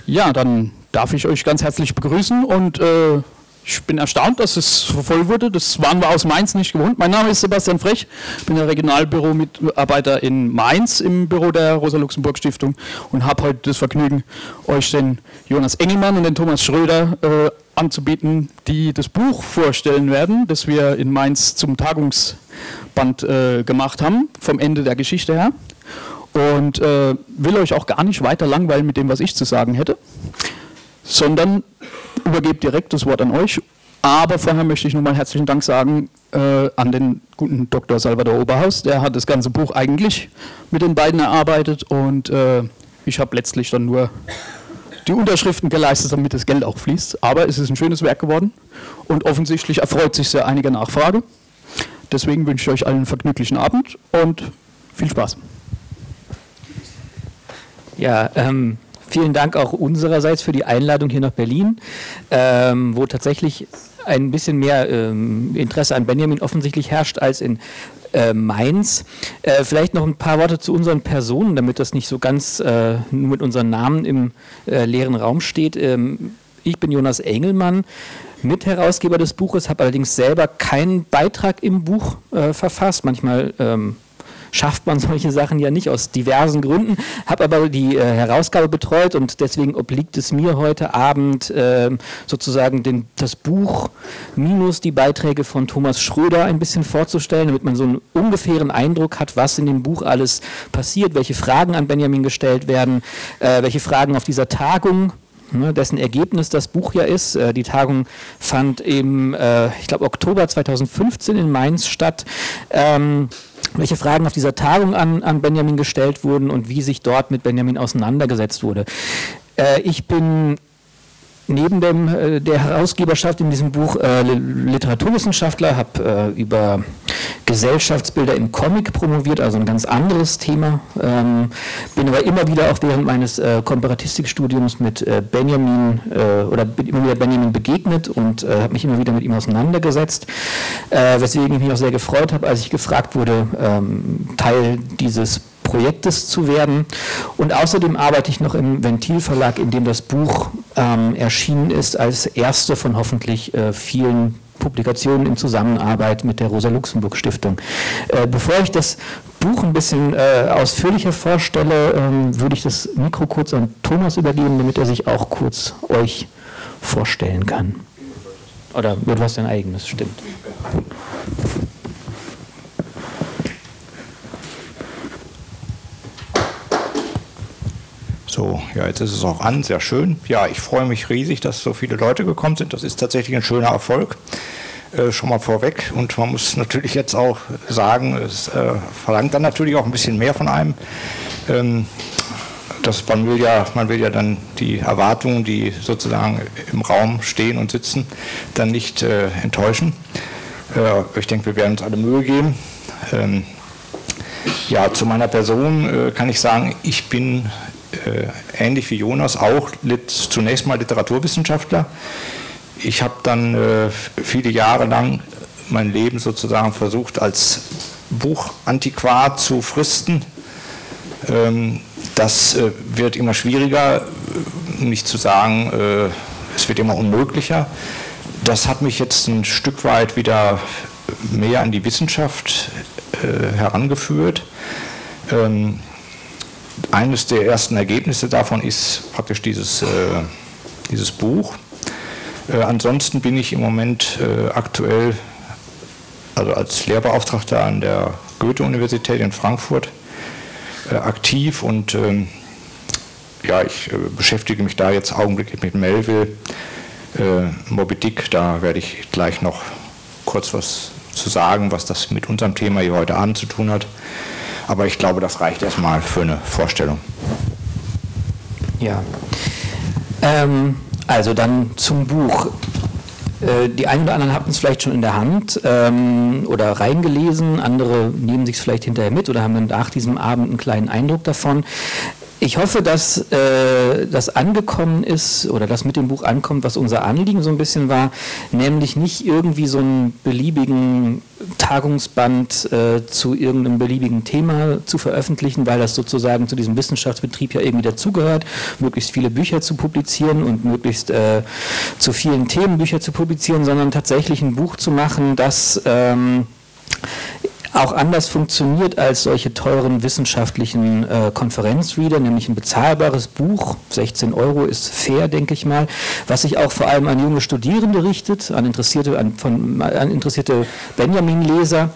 Ja, dann darf ich euch ganz herzlich begrüßen und ich bin erstaunt, dass es so voll wurde. Das waren wir aus Mainz nicht gewohnt. Mein Name ist Sebastian Frech, bin der Regionalbüro-Mitarbeiter in Mainz im Büro der Rosa-Luxemburg-Stiftung und habe heute das Vergnügen, euch den Jonas Engelmann und den Thomas Schröder anzubieten, die das Buch vorstellen werden, das wir in Mainz zum Tagungsband gemacht haben, vom Ende der Geschichte her. Und will euch auch gar nicht weiter langweilen mit dem, was ich zu sagen hätte, sondern übergebe direkt das Wort an euch. Aber vorher möchte ich nochmal herzlichen Dank sagen an den guten Dr. Salvador Oberhaus. Der hat das ganze Buch eigentlich mit den beiden erarbeitet und ich habe letztlich dann nur die Unterschriften geleistet, damit das Geld auch fließt. Aber es ist ein schönes Werk geworden und offensichtlich erfreut sich sehr einiger Nachfrage. Deswegen wünsche ich euch allen einen vergnüglichen Abend und viel Spaß. Ja, vielen Dank auch unsererseits für die Einladung hier nach Berlin, wo tatsächlich ein bisschen mehr Interesse an Benjamin offensichtlich herrscht als in Mainz. Vielleicht noch ein paar Worte zu unseren Personen, damit das nicht so ganz nur mit unseren Namen im leeren Raum steht. Ich bin Jonas Engelmann, Mitherausgeber des Buches, habe allerdings selber keinen Beitrag im Buch verfasst. Manchmal schafft man solche Sachen ja nicht aus diversen Gründen, habe aber die Herausgabe betreut und deswegen obliegt es mir heute Abend sozusagen das Buch minus die Beiträge von Thomas Schröder ein bisschen vorzustellen, damit man so einen ungefähren Eindruck hat, was in dem Buch alles passiert, welche Fragen an Benjamin gestellt werden, welche Fragen auf dieser Tagung, dessen Ergebnis das Buch ja ist. Die Tagung fand im, ich glaube, Oktober 2015 in Mainz statt. Welche Fragen auf dieser Tagung an Benjamin gestellt wurden und wie sich dort mit Benjamin auseinandergesetzt wurde. Ich bin neben der Herausgeberschaft in diesem Buch Literaturwissenschaftler, habe über Gesellschaftsbilder im Comic promoviert, also ein ganz anderes Thema. Bin aber immer wieder auch während meines Komparatistikstudiums mit Benjamin bin immer wieder Benjamin begegnet und habe mich immer wieder mit ihm auseinandergesetzt, weswegen ich mich auch sehr gefreut habe, als ich gefragt wurde, Teil dieses Projektes zu werden. Und außerdem arbeite ich noch im Ventil-Verlag, in dem das Buch erschienen ist, als erste von hoffentlich vielen Publikationen in Zusammenarbeit mit der Rosa-Luxemburg-Stiftung. Bevor ich das Buch ein bisschen ausführlicher vorstelle, würde ich das Mikro kurz an Thomas übergeben, damit er sich auch kurz euch vorstellen kann. Oder du hast dein eigenes, stimmt. So, ja, jetzt ist es auch an, sehr schön. Ja, ich freue mich riesig, dass so viele Leute gekommen sind. Das ist tatsächlich ein schöner Erfolg, schon mal vorweg. Und man muss natürlich jetzt auch sagen, es verlangt dann natürlich auch ein bisschen mehr von einem. Man will ja dann die Erwartungen, die sozusagen im Raum stehen und sitzen, dann nicht enttäuschen. Ich denke, wir werden uns alle Mühe geben. Ja, zu meiner Person kann ich sagen, ich bin ähnlich wie Jonas auch zunächst mal Literaturwissenschaftler. Ich habe dann viele Jahre lang mein Leben sozusagen versucht, als Buchantiquar zu fristen. Das wird immer schwieriger, nicht zu sagen, es wird immer unmöglicher. Das hat mich jetzt ein Stück weit wieder mehr an die Wissenschaft herangeführt. Eines der ersten Ergebnisse davon ist praktisch dieses Buch. Ansonsten bin ich im Moment aktuell, also als Lehrbeauftragter an der Goethe-Universität in Frankfurt aktiv und ich beschäftige mich da jetzt augenblicklich mit Melville, Moby Dick. Da werde ich gleich noch kurz was zu sagen, was das mit unserem Thema hier heute Abend zu tun hat. Aber ich glaube, das reicht erstmal für eine Vorstellung. Ja, also dann zum Buch. Die einen oder anderen hatten es vielleicht schon in der Hand oder reingelesen, andere nehmen sich es vielleicht hinterher mit oder haben dann nach diesem Abend einen kleinen Eindruck davon. Ich hoffe, dass das angekommen ist oder dass mit dem Buch ankommt, was unser Anliegen so ein bisschen war, nämlich nicht irgendwie so einen beliebigen Tagungsband zu irgendeinem beliebigen Thema zu veröffentlichen, weil das sozusagen zu diesem Wissenschaftsbetrieb ja irgendwie dazugehört, möglichst viele Bücher zu publizieren und möglichst zu vielen Themen Bücher zu publizieren, sondern tatsächlich ein Buch zu machen, das auch anders funktioniert als solche teuren wissenschaftlichen Konferenzreader, nämlich ein bezahlbares Buch, 16 € ist fair, denke ich mal, was sich auch vor allem an junge Studierende richtet, an interessierte Benjamin-Leser,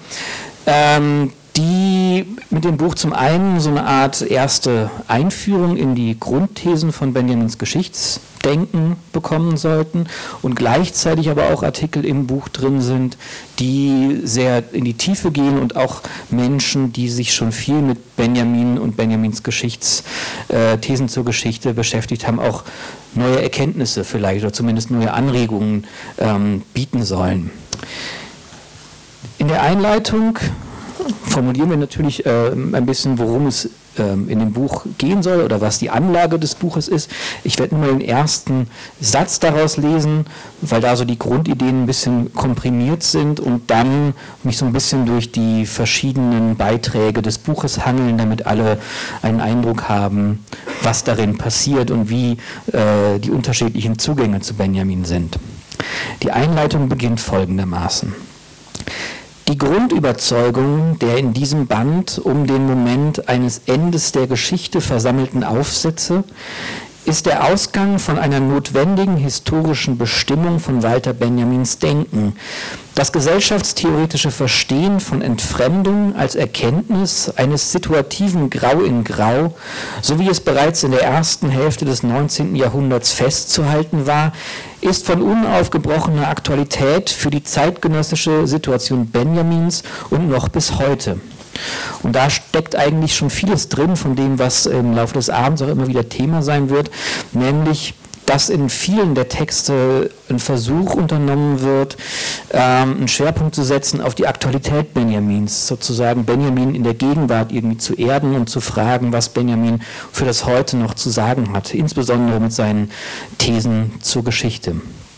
die mit dem Buch zum einen so eine Art erste Einführung in die Grundthesen von Benjamins Geschichtsdenken bekommen sollten und gleichzeitig aber auch Artikel im Buch drin sind, die sehr in die Tiefe gehen und auch Menschen, die sich schon viel mit Benjamin und Benjamins Geschichtsthesen zur Geschichte beschäftigt haben, auch neue Erkenntnisse vielleicht oder zumindest neue Anregungen bieten sollen. In der Einleitung formulieren wir natürlich ein bisschen, worum es in dem Buch gehen soll oder was die Anlage des Buches ist. Ich werde nur mal den ersten Satz daraus lesen, weil da so die Grundideen ein bisschen komprimiert sind und dann mich so ein bisschen durch die verschiedenen Beiträge des Buches hangeln, damit alle einen Eindruck haben, was darin passiert und wie die unterschiedlichen Zugänge zu Benjamin sind. Die Einleitung beginnt folgendermaßen. Die Grundüberzeugung der in diesem Band um den Moment eines Endes der Geschichte versammelten Aufsätze ist der Ausgang von einer notwendigen historischen Bestimmung von Walter Benjamins Denken. Das gesellschaftstheoretische Verstehen von Entfremdung als Erkenntnis eines situativen Grau in Grau, so wie es bereits in der ersten Hälfte des 19. Jahrhunderts festzuhalten war, ist von unaufgebrochener Aktualität für die zeitgenössische Situation Benjamins und noch bis heute. Und da steckt eigentlich schon vieles drin von dem, was im Laufe des Abends auch immer wieder Thema sein wird, nämlich dass in vielen der Texte ein Versuch unternommen wird, einen Schwerpunkt zu setzen auf die Aktualität Benjamins, sozusagen Benjamin in der Gegenwart irgendwie zu erden und zu fragen, was Benjamin für das Heute noch zu sagen hat, insbesondere mit seinen Thesen zur Geschichte.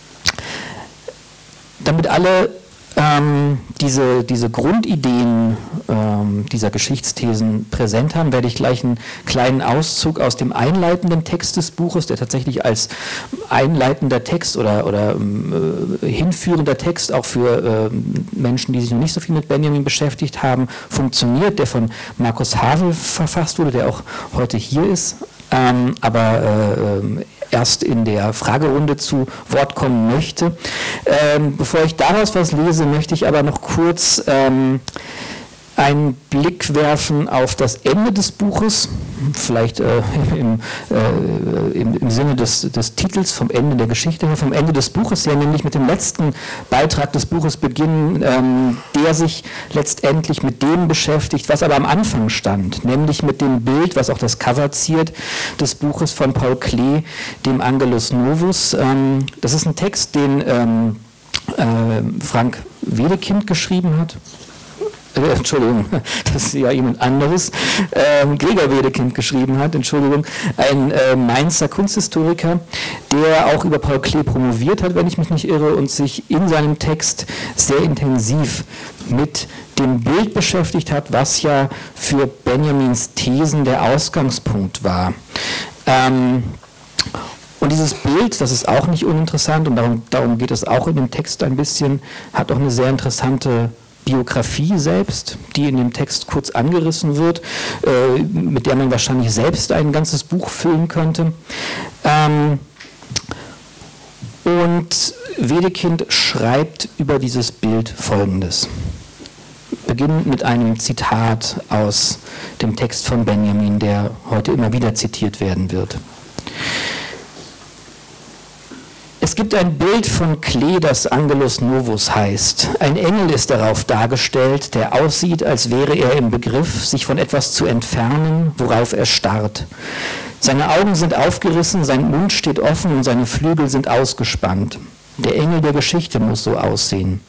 Damit alle diese Grundideen dieser Geschichtsthesen präsent haben, werde ich gleich einen kleinen Auszug aus dem einleitenden Text des Buches, der tatsächlich als einleitender Text oder hinführender Text auch für Menschen, die sich noch nicht so viel mit Benjamin beschäftigt haben, funktioniert, der von Markus Havel verfasst wurde, der auch heute hier ist, aber erst in der Fragerunde zu Wort kommen möchte. Bevor ich daraus was lese, möchte ich aber noch kurz einen Blick werfen auf das Ende des Buches, vielleicht im Sinne des Titels, vom Ende der Geschichte her, vom Ende des Buches her, nämlich mit dem letzten Beitrag des Buches beginnen, der sich letztendlich mit dem beschäftigt, was aber am Anfang stand, nämlich mit dem Bild, was auch das Cover ziert, des Buches von Paul Klee, dem Angelus Novus. Das ist ein Text, den Frank Wedekind geschrieben hat. Entschuldigung, das ist ja jemand anderes, Gregor Wedekind geschrieben hat, Entschuldigung, ein Mainzer Kunsthistoriker, der auch über Paul Klee promoviert hat, wenn ich mich nicht irre, und sich in seinem Text sehr intensiv mit dem Bild beschäftigt hat, was ja für Benjamins Thesen der Ausgangspunkt war. Und dieses Bild, das ist auch nicht uninteressant und darum geht es auch in dem Text ein bisschen, hat auch eine sehr interessante Biografie selbst, die in dem Text kurz angerissen wird, mit der man wahrscheinlich selbst ein ganzes Buch füllen könnte. Und Wedekind schreibt über dieses Bild Folgendes. Beginnend mit einem Zitat aus dem Text von Benjamin, der heute immer wieder zitiert werden wird. Es gibt ein Bild von Klee, das Angelus Novus heißt. Ein Engel ist darauf dargestellt, der aussieht, als wäre er im Begriff, sich von etwas zu entfernen, worauf er starrt. Seine Augen sind aufgerissen, sein Mund steht offen und seine Flügel sind ausgespannt. Der Engel der Geschichte muss so aussehen.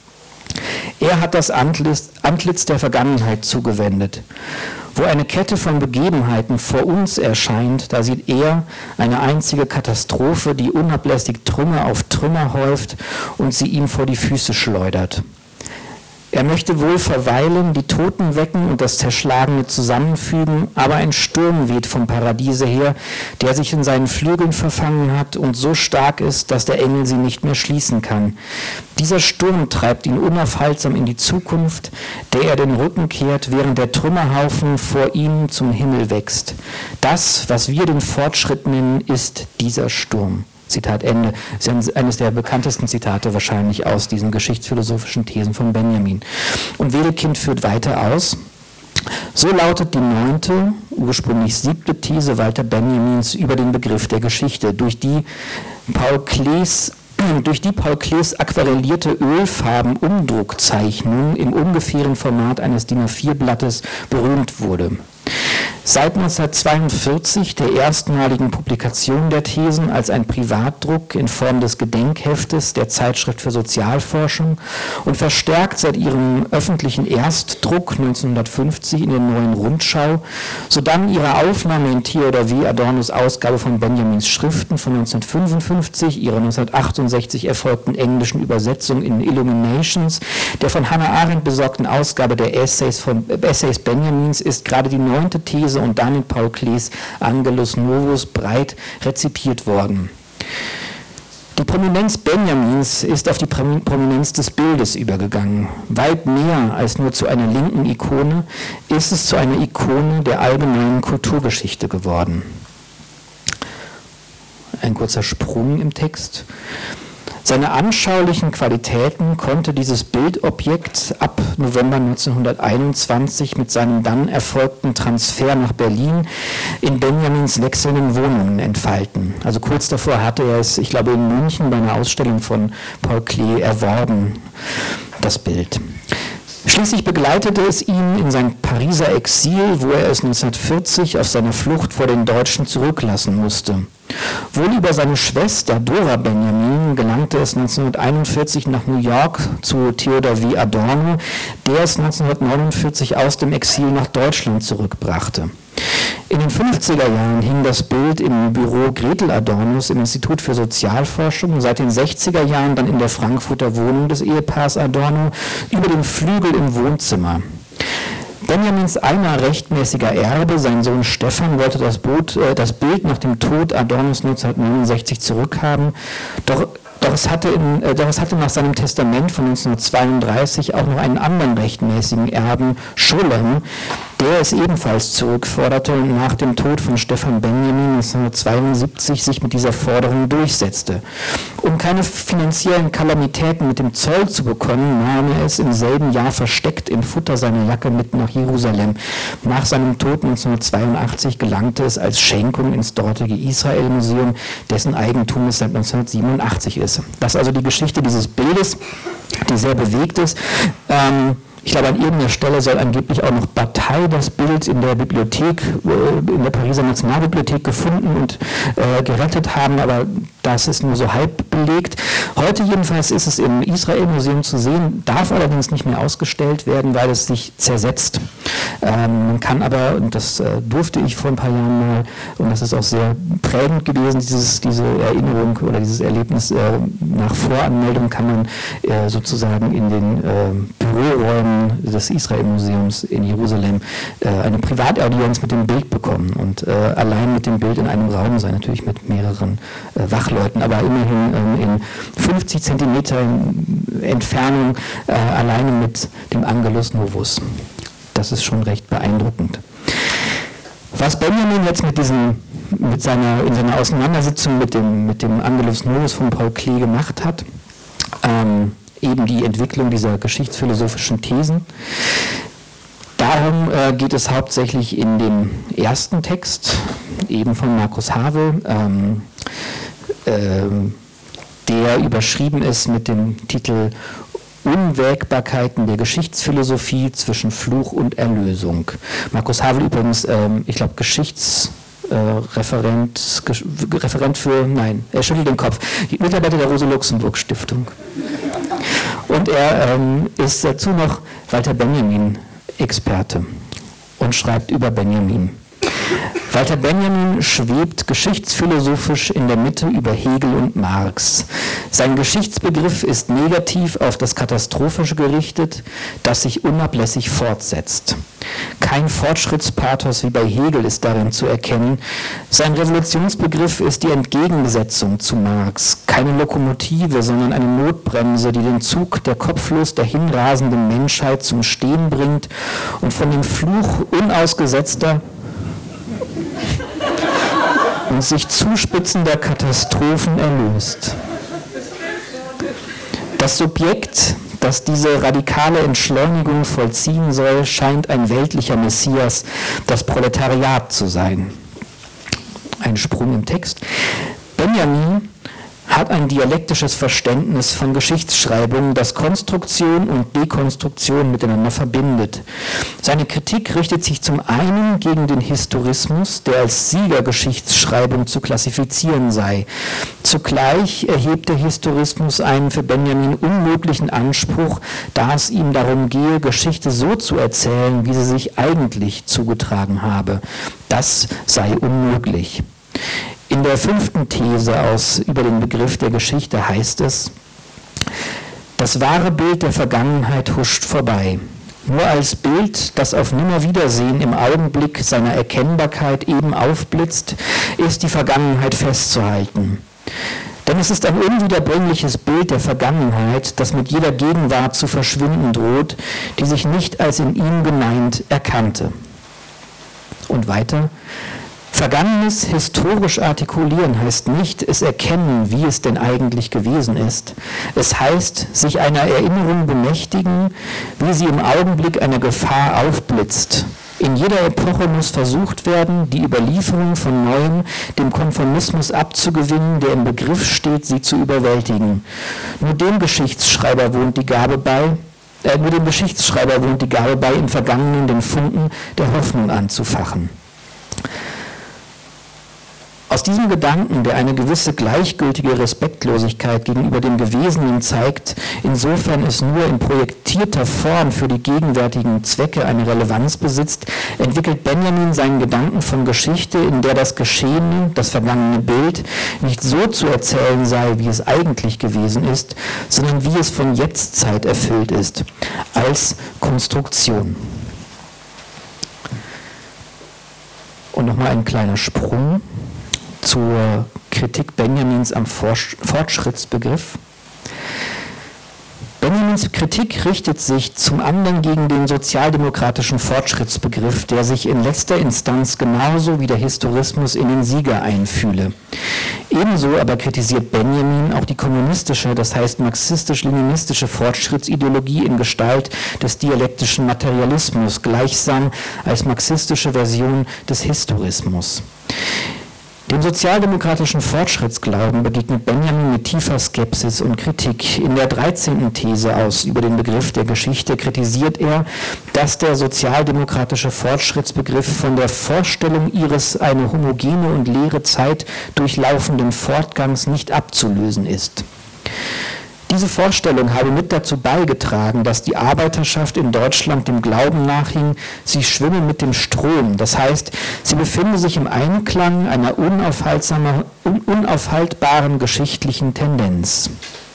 Er hat das Antlitz der Vergangenheit zugewendet. Wo eine Kette von Begebenheiten vor uns erscheint, da sieht er eine einzige Katastrophe, die unablässig Trümmer auf Trümmer häuft und sie ihm vor die Füße schleudert. Er möchte wohl verweilen, die Toten wecken und das Zerschlagene zusammenfügen, aber ein Sturm weht vom Paradiese her, der sich in seinen Flügeln verfangen hat und so stark ist, dass der Engel sie nicht mehr schließen kann. Dieser Sturm treibt ihn unaufhaltsam in die Zukunft, der er den Rücken kehrt, während der Trümmerhaufen vor ihm zum Himmel wächst. Das, was wir den Fortschritt nennen, ist dieser Sturm. Zitat Ende. Das ist eines der bekanntesten Zitate wahrscheinlich aus diesen geschichtsphilosophischen Thesen von Benjamin. Und Wedekind führt weiter aus. So lautet die 9., ursprünglich 7. These Walter Benjamins über den Begriff der Geschichte, durch die Paul Klees aquarellierte Ölfarben-Umdruckzeichnung im ungefähren Format eines DIN A4-Blattes berühmt wurde. Seit 1942, der erstmaligen Publikation der Thesen als ein Privatdruck in Form des Gedenkheftes der Zeitschrift für Sozialforschung und verstärkt seit ihrem öffentlichen Erstdruck 1950 in der Neuen Rundschau, sodann ihrer Aufnahme in Theodor W. Adornos Ausgabe von Benjamins Schriften von 1955, ihrer 1968 erfolgten englischen Übersetzung in Illuminations, der von Hannah Arendt besorgten Ausgabe der Essays Benjamins ist gerade die 9. These und dann in Paul Klees Angelus Novus breit rezipiert worden. Die Prominenz Benjamins ist auf die Prominenz des Bildes übergegangen. Weit mehr als nur zu einer linken Ikone ist es zu einer Ikone der allgemeinen Kulturgeschichte geworden. Ein kurzer Sprung im Text. Seine anschaulichen Qualitäten konnte dieses Bildobjekt ab November 1921 mit seinem dann erfolgten Transfer nach Berlin in Benjamins wechselnden Wohnungen entfalten. Also kurz davor hatte er es, ich glaube in München, bei einer Ausstellung von Paul Klee erworben, das Bild. Schließlich begleitete es ihn in sein Pariser Exil, wo er es 1940 auf seiner Flucht vor den Deutschen zurücklassen musste. Wohl über seine Schwester Dora Benjamin gelangte es 1941 nach New York zu Theodor W. Adorno, der es 1949 aus dem Exil nach Deutschland zurückbrachte. In den 50er Jahren hing das Bild im Büro Gretel Adornos im Institut für Sozialforschung, seit den 60er Jahren dann in der Frankfurter Wohnung des Ehepaars Adorno über dem Flügel im Wohnzimmer. Benjamins einer rechtmäßiger Erbe, sein Sohn Stefan, wollte das Bild nach dem Tod Adornos 1969 zurückhaben, doch es hatte nach seinem Testament von 1932 auch noch einen anderen rechtmäßigen Erben, Scholem, der es ebenfalls zurückforderte und nach dem Tod von Stefan Benjamin 1972 sich mit dieser Forderung durchsetzte. Um keine finanziellen Kalamitäten mit dem Zoll zu bekommen, nahm er es im selben Jahr versteckt im Futter seiner Jacke mit nach Jerusalem. Nach seinem Tod 1982 gelangte es als Schenkung ins dortige Israel-Museum, dessen Eigentum es seit 1987 ist. Das ist also die Geschichte dieses Bildes, die sehr bewegt ist. Ich glaube, an irgendeiner Stelle soll angeblich auch noch Bataille das Bild in der Bibliothek, in der Pariser Nationalbibliothek gefunden und gerettet haben, aber das ist nur so halb belegt. Heute jedenfalls ist es im Israel-Museum zu sehen, darf allerdings nicht mehr ausgestellt werden, weil es sich zersetzt. Man kann aber, und das durfte ich vor ein paar Jahren mal, und das ist auch sehr prägend gewesen, diese Erinnerung oder dieses Erlebnis, nach Voranmeldung kann man sozusagen in den Büroräumen des Israel-Museums in Jerusalem eine Privataudienz mit dem Bild bekommen und allein mit dem Bild in einem Raum sein, natürlich mit mehreren Wachleuten, aber immerhin in 50 Zentimeter Entfernung alleine mit dem Angelus Novus. Das ist schon recht beeindruckend. Was Benjamin jetzt in seiner Auseinandersetzung mit dem Angelus Novus von Paul Klee gemacht hat, eben die Entwicklung dieser geschichtsphilosophischen Thesen. Darum geht es hauptsächlich in dem ersten Text, eben von Markus Havel, der überschrieben ist mit dem Titel Unwägbarkeiten der Geschichtsphilosophie zwischen Fluch und Erlösung. Markus Havel übrigens, ich glaube, Referent für, nein, er schüttelt den Kopf, Mitarbeiter der Rosa-Luxemburg-Stiftung. Und er ist dazu noch Walter Benjamin-Experte und schreibt über Benjamin. Walter Benjamin schwebt geschichtsphilosophisch in der Mitte über Hegel und Marx. Sein Geschichtsbegriff ist negativ auf das Katastrophische gerichtet, das sich unablässig fortsetzt. Kein Fortschrittspathos wie bei Hegel ist darin zu erkennen. Sein Revolutionsbegriff ist die Entgegensetzung zu Marx. Keine Lokomotive, sondern eine Notbremse, die den Zug der kopflos dahinrasenden Menschheit zum Stehen bringt und von dem Fluch unausgesetzter und sich zuspitzender Katastrophen erlöst. Das Subjekt, das diese radikale Entschleunigung vollziehen soll, scheint ein weltlicher Messias, das Proletariat zu sein. Ein Sprung im Text. Benjamin hat ein dialektisches Verständnis von Geschichtsschreibung, das Konstruktion und Dekonstruktion miteinander verbindet. Seine Kritik richtet sich zum einen gegen den Historismus, der als Siegergeschichtsschreibung zu klassifizieren sei. Zugleich erhebt der Historismus einen für Benjamin unmöglichen Anspruch, da es ihm darum gehe, Geschichte so zu erzählen, wie sie sich eigentlich zugetragen habe. Das sei unmöglich. In der 5. These über den Begriff der Geschichte heißt es: Das wahre Bild der Vergangenheit huscht vorbei. Nur als Bild, das auf Nimmerwiedersehen im Augenblick seiner Erkennbarkeit eben aufblitzt, ist die Vergangenheit festzuhalten. Denn es ist ein unwiederbringliches Bild der Vergangenheit, das mit jeder Gegenwart zu verschwinden droht, die sich nicht als in ihm gemeint erkannte. Und weiter: Vergangenes historisch artikulieren heißt nicht, es erkennen, wie es denn eigentlich gewesen ist. Es heißt, sich einer Erinnerung bemächtigen, wie sie im Augenblick einer Gefahr aufblitzt. In jeder Epoche muss versucht werden, die Überlieferung von Neuem dem Konformismus abzugewinnen, der im Begriff steht, sie zu überwältigen. Nur dem Geschichtsschreiber wohnt die Gabe bei, im Vergangenen den Funken der Hoffnung anzufachen. Aus diesem Gedanken, der eine gewisse gleichgültige Respektlosigkeit gegenüber dem Gewesenen zeigt, insofern es nur in projektierter Form für die gegenwärtigen Zwecke eine Relevanz besitzt, entwickelt Benjamin seinen Gedanken von Geschichte, in der das Geschehene, das vergangene Bild, nicht so zu erzählen sei, wie es eigentlich gewesen ist, sondern wie es von Jetztzeit erfüllt ist, als Konstruktion. Und nochmal ein kleiner Sprung zur Kritik Benjamins am Fortschrittsbegriff. Benjamins Kritik richtet sich zum anderen gegen den sozialdemokratischen Fortschrittsbegriff, der sich in letzter Instanz genauso wie der Historismus in den Sieger einfühle. Ebenso aber kritisiert Benjamin auch die kommunistische, das heißt marxistisch-leninistische Fortschrittsideologie in Gestalt des dialektischen Materialismus, gleichsam als marxistische Version des Historismus. Dem sozialdemokratischen Fortschrittsglauben begegnet Benjamin mit tiefer Skepsis und Kritik. In der 13. These über den Begriff der Geschichte kritisiert er, dass der sozialdemokratische Fortschrittsbegriff von der Vorstellung ihres eine homogene und leere Zeit durchlaufenden Fortgangs nicht abzulösen ist. Diese Vorstellung habe mit dazu beigetragen, dass die Arbeiterschaft in Deutschland dem Glauben nachhing, sie schwimme mit dem Strom. Das heißt, sie befinde sich im Einklang einer unaufhaltbaren geschichtlichen Tendenz.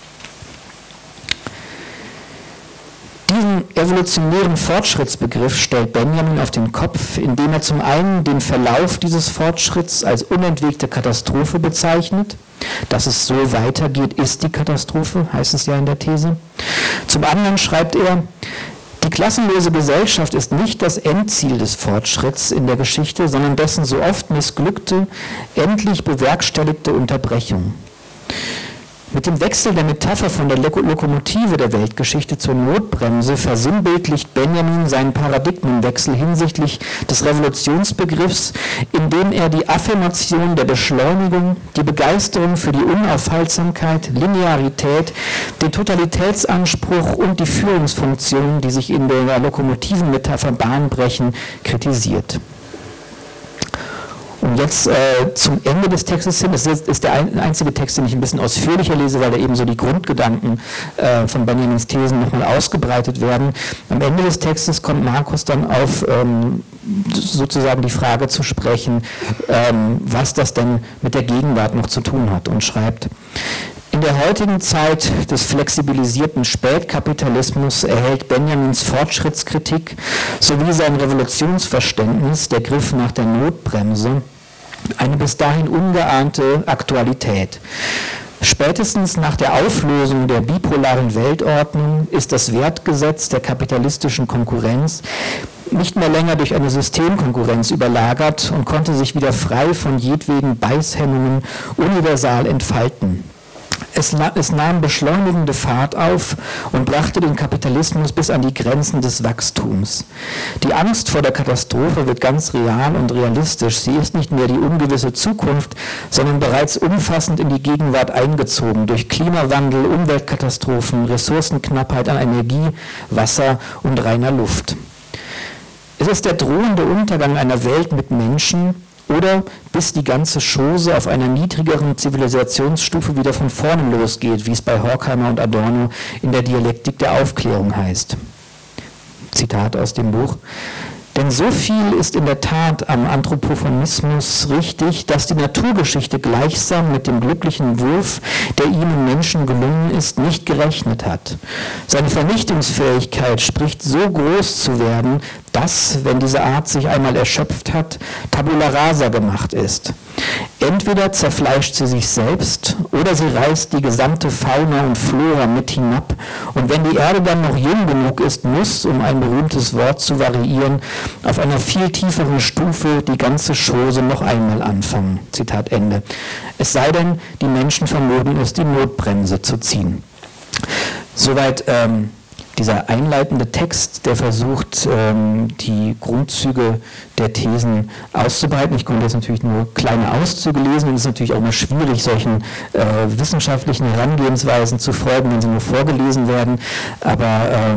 Diesen evolutionären Fortschrittsbegriff stellt Benjamin auf den Kopf, indem er zum einen den Verlauf dieses Fortschritts als unentwegte Katastrophe bezeichnet. Dass es so weitergeht, ist die Katastrophe, heißt es ja in der These. Zum anderen schreibt er: Die klassenlose Gesellschaft ist nicht das Endziel des Fortschritts in der Geschichte, sondern dessen so oft missglückte, endlich bewerkstelligte Unterbrechung. Mit dem Wechsel der Metapher von der Lokomotive der Weltgeschichte zur Notbremse versinnbildlicht Benjamin seinen Paradigmenwechsel hinsichtlich des Revolutionsbegriffs, indem er die Affirmation der Beschleunigung, die Begeisterung für die Unaufhaltsamkeit, Linearität, den Totalitätsanspruch und die Führungsfunktion, die sich in der Lokomotivenmetapher Bahn brechen, kritisiert. Und Und jetzt zum Ende des Textes hin, das ist der einzige Text, den ich ein bisschen ausführlicher lese, weil da eben so die Grundgedanken von Benjamins Thesen nochmal ausgebreitet werden. Am Ende des Textes kommt Markus dann auf sozusagen die Frage zu sprechen, was das denn mit der Gegenwart noch zu tun hat, und schreibt: In der heutigen Zeit des flexibilisierten Spätkapitalismus erhält Benjamins Fortschrittskritik sowie sein Revolutionsverständnis, der Griff nach der Notbremse, eine bis dahin ungeahnte Aktualität. Spätestens nach der Auflösung der bipolaren Weltordnung ist das Wertgesetz der kapitalistischen Konkurrenz nicht mehr länger durch eine Systemkonkurrenz überlagert und konnte sich wieder frei von jedweden Beißhemmungen universal entfalten. Es nahm beschleunigende Fahrt auf und brachte den Kapitalismus bis an die Grenzen des Wachstums. Die Angst vor der Katastrophe wird ganz real und realistisch. Sie ist nicht mehr die ungewisse Zukunft, sondern bereits umfassend in die Gegenwart eingezogen durch Klimawandel, Umweltkatastrophen, Ressourcenknappheit an Energie, Wasser und reiner Luft. Es ist der drohende Untergang einer Welt mit Menschen, oder bis die ganze Chose auf einer niedrigeren Zivilisationsstufe wieder von vorne losgeht, wie es bei Horkheimer und Adorno in der Dialektik der Aufklärung heißt. Zitat aus dem Buch: Denn so viel ist in der Tat am Anthropophonismus richtig, dass die Naturgeschichte gleichsam mit dem glücklichen Wurf, der ihm im Menschen gelungen ist, nicht gerechnet hat. Seine Vernichtungsfähigkeit spricht so groß zu werden, dass, wenn diese Art sich einmal erschöpft hat, Tabula rasa gemacht ist. Entweder zerfleischt sie sich selbst oder sie reißt die gesamte Fauna und Flora mit hinab, und wenn die Erde dann noch jung genug ist, muss, um ein berühmtes Wort zu variieren, auf einer viel tieferen Stufe die ganze Chose noch einmal anfangen. Zitat Ende. Es sei denn, die Menschen vermögen es, die Notbremse zu ziehen. Soweit dieser einleitende Text, der versucht, die Grundzüge der Thesen auszubreiten. Ich konnte jetzt natürlich nur kleine Auszüge lesen, und es ist natürlich auch immer schwierig, solchen wissenschaftlichen Herangehensweisen zu folgen, wenn sie nur vorgelesen werden. Aber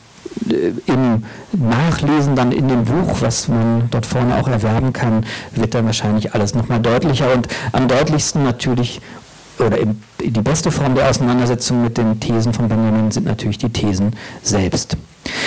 im Nachlesen dann in dem Buch, was man dort vorne auch erwerben kann, wird dann wahrscheinlich alles nochmal deutlicher, und am deutlichsten natürlich, oder die beste Form der Auseinandersetzung mit den Thesen von Benjamin sind natürlich die Thesen selbst.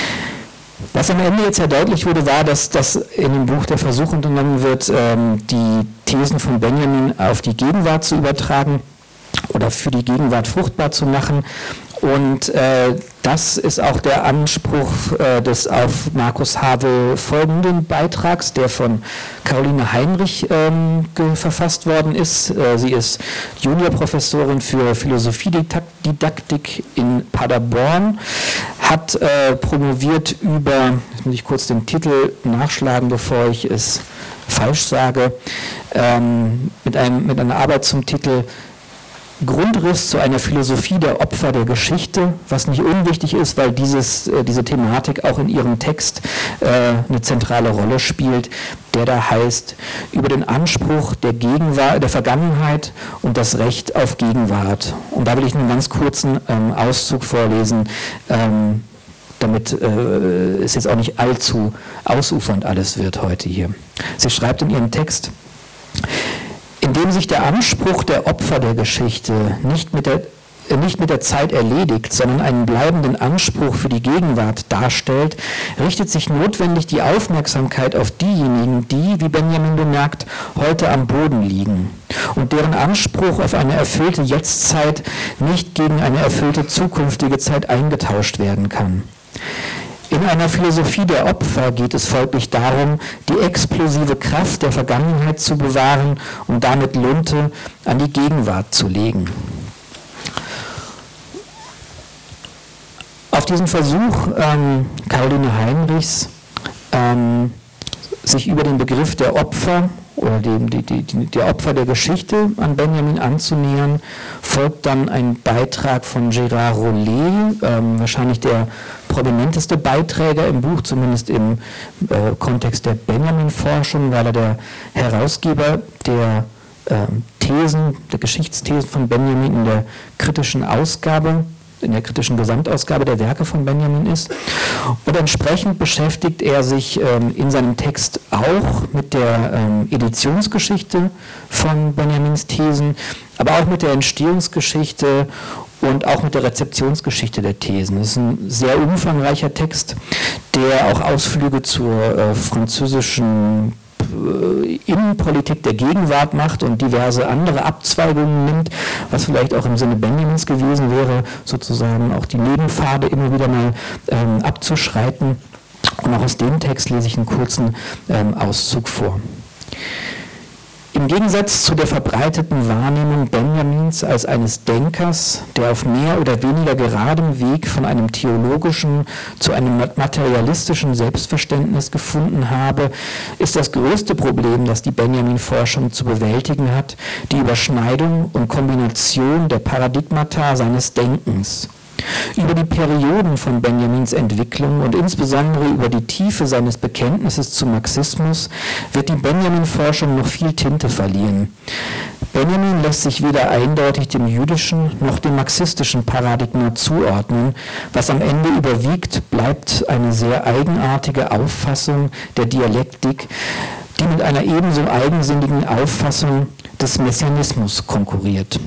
Was am Ende jetzt ja deutlich wurde, war, dass das in dem Buch der Versuch unternommen wird, die Thesen von Benjamin auf die Gegenwart zu übertragen oder für die Gegenwart fruchtbar zu machen. Und das ist auch der Anspruch des auf Markus Havel folgenden Beitrags, der von Caroline Heinrich verfasst worden ist. Sie ist Juniorprofessorin für Philosophiedidaktik in Paderborn, hat promoviert über, jetzt muss ich kurz den Titel nachschlagen, bevor ich es falsch sage, mit einer Arbeit zum Titel Grundriss zu einer Philosophie der Opfer der Geschichte, was nicht unwichtig ist, weil diese Thematik auch in ihrem Text eine zentrale Rolle spielt, der da heißt: über den Anspruch der Gegenwart, der Vergangenheit und das Recht auf Gegenwart. Und da will ich einen ganz kurzen Auszug vorlesen, damit es jetzt auch nicht allzu ausufernd alles wird heute hier. Sie schreibt in ihrem Text: Indem sich der Anspruch der Opfer der Geschichte nicht mit der Zeit erledigt, sondern einen bleibenden Anspruch für die Gegenwart darstellt, richtet sich notwendig die Aufmerksamkeit auf diejenigen, die, wie Benjamin bemerkt, heute am Boden liegen und deren Anspruch auf eine erfüllte Jetztzeit nicht gegen eine erfüllte zukünftige Zeit eingetauscht werden kann. In einer Philosophie der Opfer geht es folglich darum, die explosive Kraft der Vergangenheit zu bewahren und damit Lunte an die Gegenwart zu legen. Auf diesen Versuch Caroline Heinrichs, sich über den Begriff der Opfer oder der Opfer der Geschichte an Benjamin anzunähern, folgt dann ein Beitrag von Gérard Rollet, wahrscheinlich der prominenteste Beiträger im Buch, zumindest im Kontext der Benjamin-Forschung, weil er der Herausgeber der Thesen, der Geschichtsthesen von Benjamin in der kritischen Ausgabe in der kritischen Gesamtausgabe der Werke von Benjamin ist. Und entsprechend beschäftigt er sich in seinem Text auch mit der Editionsgeschichte von Benjamins Thesen, aber auch mit der Entstehungsgeschichte und auch mit der Rezeptionsgeschichte der Thesen. Das ist ein sehr umfangreicher Text, der auch Ausflüge zur französischen Innenpolitik der Gegenwart macht und diverse andere Abzweigungen nimmt, was vielleicht auch im Sinne Benjamins gewesen wäre, sozusagen auch die Nebenpfade immer wieder mal abzuschreiten. Und auch aus dem Text lese ich einen kurzen Auszug vor. Im Gegensatz zu der verbreiteten Wahrnehmung Benjamins als eines Denkers, der auf mehr oder weniger geradem Weg von einem theologischen zu einem materialistischen Selbstverständnis gefunden habe, ist das größte Problem, das die Benjamin-Forschung zu bewältigen hat, die Überschneidung und Kombination der Paradigmata seines Denkens. Über die Perioden von Benjamins Entwicklung und insbesondere über die Tiefe seines Bekenntnisses zum Marxismus wird die Benjamin-Forschung noch viel Tinte verlieren. Benjamin lässt sich weder eindeutig dem jüdischen noch dem marxistischen Paradigma zuordnen. Was am Ende überwiegt, bleibt eine sehr eigenartige Auffassung der Dialektik, die mit einer ebenso eigensinnigen Auffassung des Messianismus konkurriert.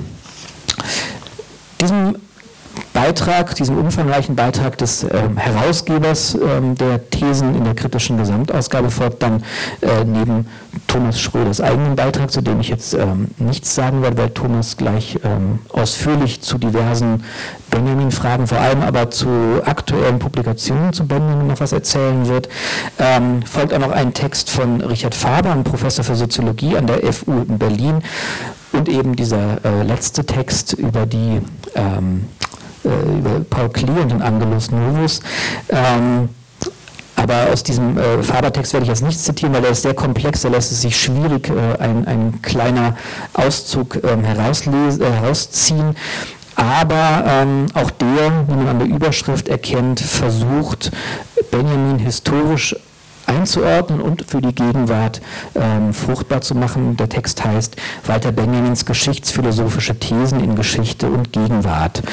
Diesem umfangreichen Beitrag des Herausgebers der Thesen in der kritischen Gesamtausgabe folgt dann neben Thomas Schröders eigenen Beitrag, zu dem ich jetzt nichts sagen werde, weil Thomas gleich ausführlich zu diversen Benjamin-Fragen, vor allem aber zu aktuellen Publikationen zu Benjamin noch was erzählen wird. Folgt auch noch ein Text von Richard Faber, einem Professor für Soziologie an der FU in Berlin, und eben dieser letzte Text über Paul Klee und den Angelus Novus. Aber aus diesem Faber-Text werde ich jetzt nichts zitieren, weil der ist sehr komplex, da lässt es sich schwierig ein kleiner Auszug herausziehen. Aber auch der, wie man an der Überschrift erkennt, versucht, Benjamin historisch einzuordnen und für die Gegenwart fruchtbar zu machen. Der Text heißt Walter Benjamins geschichtsphilosophische Thesen in Geschichte und Gegenwart.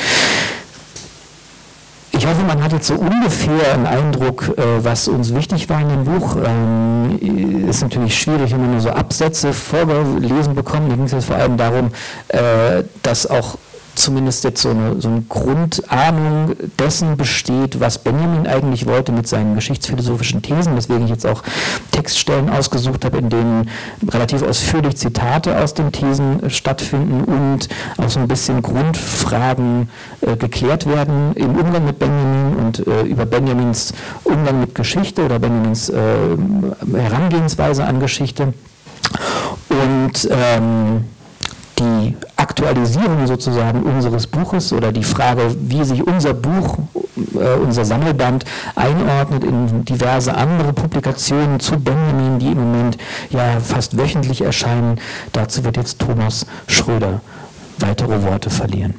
Ich hoffe, man hat jetzt so ungefähr einen Eindruck, was uns wichtig war in dem Buch. Ist natürlich schwierig, wenn man nur so Absätze vorgelesen bekommt. Da ging es jetzt vor allem darum, dass auch zumindest jetzt so eine Grundahnung dessen besteht, was Benjamin eigentlich wollte mit seinen geschichtsphilosophischen Thesen, weswegen ich jetzt auch Textstellen ausgesucht habe, in denen relativ ausführlich Zitate aus den Thesen stattfinden und auch so ein bisschen Grundfragen geklärt werden im Umgang mit Benjamin und über Benjamins Umgang mit Geschichte oder Benjamins Herangehensweise an Geschichte. Und die Aktualisierung sozusagen unseres Buches oder die Frage, wie sich unser Buch, unser Sammelband einordnet in diverse andere Publikationen zu Benjamin, die im Moment ja fast wöchentlich erscheinen, dazu wird jetzt Thomas Schröder weitere Worte verlieren.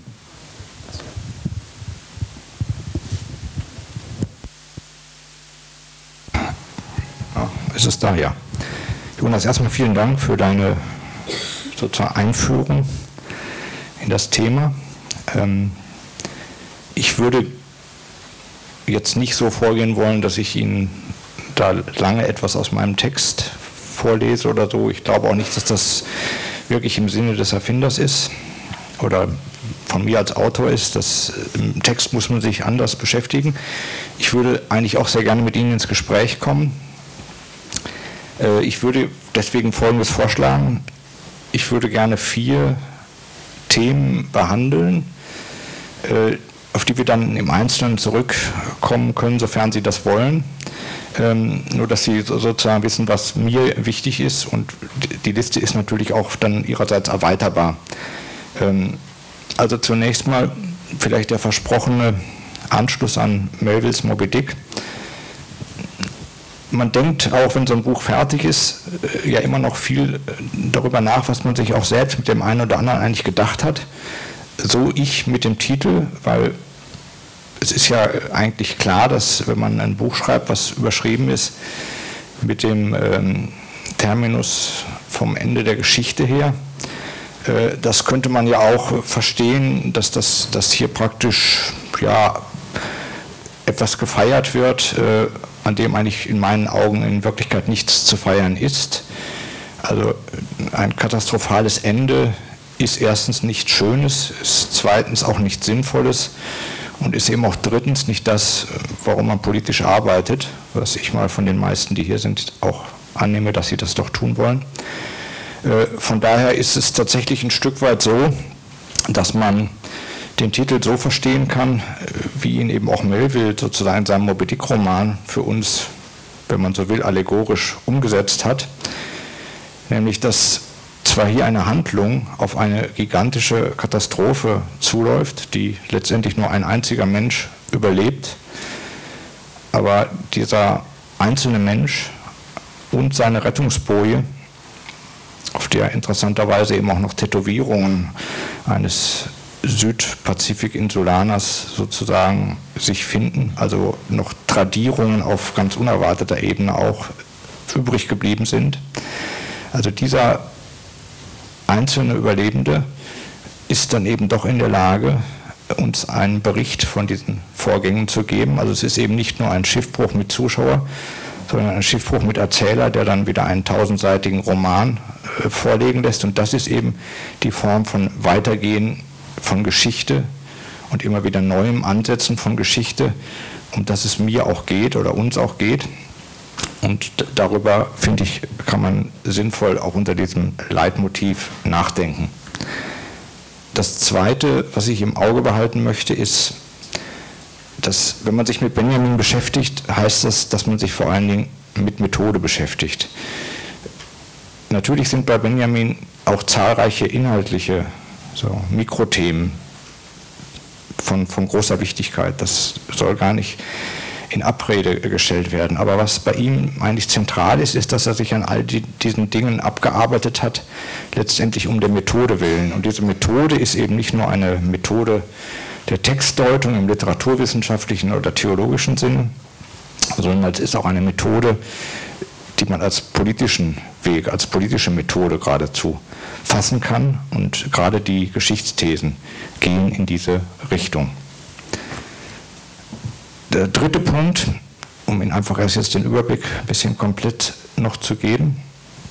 Ist es da, ja. Jonas, erstmal vielen Dank für deine sozusagen Einführung in das Thema. Ich würde jetzt nicht so vorgehen wollen, dass ich Ihnen da lange etwas aus meinem Text vorlese oder so. Ich glaube auch nicht, dass das wirklich im Sinne des Erfinders ist oder von mir als Autor ist. Im Text muss man sich anders beschäftigen. Ich würde eigentlich auch sehr gerne mit Ihnen ins Gespräch kommen. Ich würde deswegen Folgendes vorschlagen. Ich würde gerne 4 Themen behandeln, auf die wir dann im Einzelnen zurückkommen können, sofern Sie das wollen. Nur, dass Sie sozusagen wissen, was mir wichtig ist, und die Liste ist natürlich auch dann Ihrerseits erweiterbar. Also zunächst mal vielleicht der versprochene Anschluss an Melvilles Moby Dick. Man denkt auch, wenn so ein Buch fertig ist, ja immer noch viel darüber nach, was man sich auch selbst mit dem einen oder anderen eigentlich gedacht hat. So ich mit dem Titel, weil es ist ja eigentlich klar, dass wenn man ein Buch schreibt, was überschrieben ist mit dem Terminus vom Ende der Geschichte her, das könnte man ja auch verstehen, dass das hier praktisch ja, etwas gefeiert wird, an dem eigentlich in meinen Augen in Wirklichkeit nichts zu feiern ist. Also ein katastrophales Ende ist erstens nichts Schönes, ist zweitens auch nichts Sinnvolles und ist eben auch drittens nicht das, warum man politisch arbeitet, was ich mal von den meisten, die hier sind, auch annehme, dass sie das doch tun wollen. Von daher ist es tatsächlich ein Stück weit so, dass man den Titel so verstehen kann, wie ihn eben auch Melville sozusagen in seinem Moby-Dick-Roman für uns, wenn man so will, allegorisch umgesetzt hat. Nämlich, dass zwar hier eine Handlung auf eine gigantische Katastrophe zuläuft, die letztendlich nur ein einziger Mensch überlebt, aber dieser einzelne Mensch und seine Rettungsboje, auf der interessanterweise eben auch noch Tätowierungen eines Südpazifik-Insulaners sozusagen sich finden, also noch Tradierungen auf ganz unerwarteter Ebene auch übrig geblieben sind. Also dieser einzelne Überlebende ist dann eben doch in der Lage, uns einen Bericht von diesen Vorgängen zu geben. Also es ist eben nicht nur ein Schiffbruch mit Zuschauer, sondern ein Schiffbruch mit Erzähler, der dann wieder einen 1000-seitigen Roman vorlegen lässt. Und das ist eben die Form von Weitergehen von Geschichte und immer wieder neuem Ansetzen von Geschichte, um das es mir auch geht oder uns auch geht. Und darüber, finde ich, kann man sinnvoll auch unter diesem Leitmotiv nachdenken. Das Zweite, was ich im Auge behalten möchte, ist, dass, wenn man sich mit Benjamin beschäftigt, heißt das, dass man sich vor allen Dingen mit Methode beschäftigt. Natürlich sind bei Benjamin auch zahlreiche inhaltliche Mikrothemen von großer Wichtigkeit. Das soll gar nicht in Abrede gestellt werden. Aber was bei ihm eigentlich zentral ist, ist, dass er sich an all diesen Dingen abgearbeitet hat, letztendlich um der Methode willen. Und diese Methode ist eben nicht nur eine Methode der Textdeutung im literaturwissenschaftlichen oder theologischen Sinn, sondern es ist auch eine Methode, die man als politischen Weg, als politische Methode geradezu fassen kann. Und gerade die Geschichtsthesen gehen in diese Richtung. Der dritte Punkt, um Ihnen einfach erst jetzt den Überblick ein bisschen komplett noch zu geben,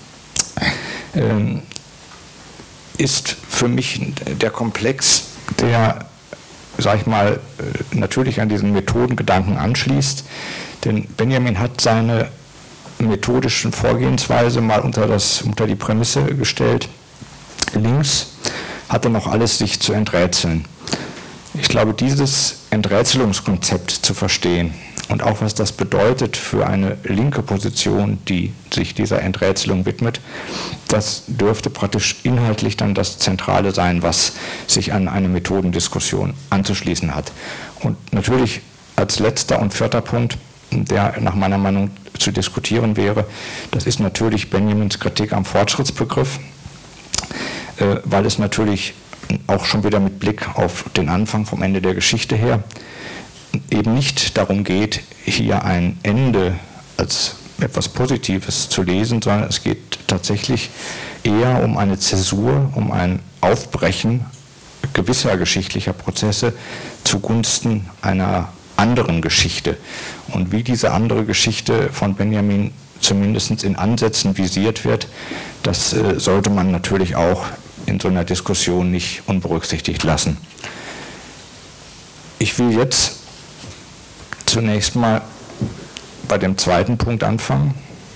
ist für mich der Komplex, der, sag ich mal, natürlich an diesen Methodengedanken anschließt. Denn Benjamin hat seine methodischen Vorgehensweise mal unter die Prämisse gestellt, links hat er noch alles sich zu enträtseln. Ich glaube, dieses Enträtselungskonzept zu verstehen und auch was das bedeutet für eine linke Position, die sich dieser Enträtselung widmet, das dürfte praktisch inhaltlich dann das Zentrale sein, was sich an eine Methodendiskussion anzuschließen hat. Und natürlich als letzter und vierter Punkt, der nach meiner Meinung zu diskutieren wäre, das ist natürlich Benjamins Kritik am Fortschrittsbegriff, weil es natürlich auch schon wieder mit Blick auf den Anfang vom Ende der Geschichte her eben nicht darum geht, hier ein Ende als etwas Positives zu lesen, sondern es geht tatsächlich eher um eine Zäsur, um ein Aufbrechen gewisser geschichtlicher Prozesse zugunsten einer anderen Geschichte. Und wie diese andere Geschichte von Benjamin zumindest in Ansätzen visiert wird, das sollte man natürlich auch in so einer Diskussion nicht unberücksichtigt lassen. Ich will jetzt zunächst mal bei dem zweiten Punkt anfangen.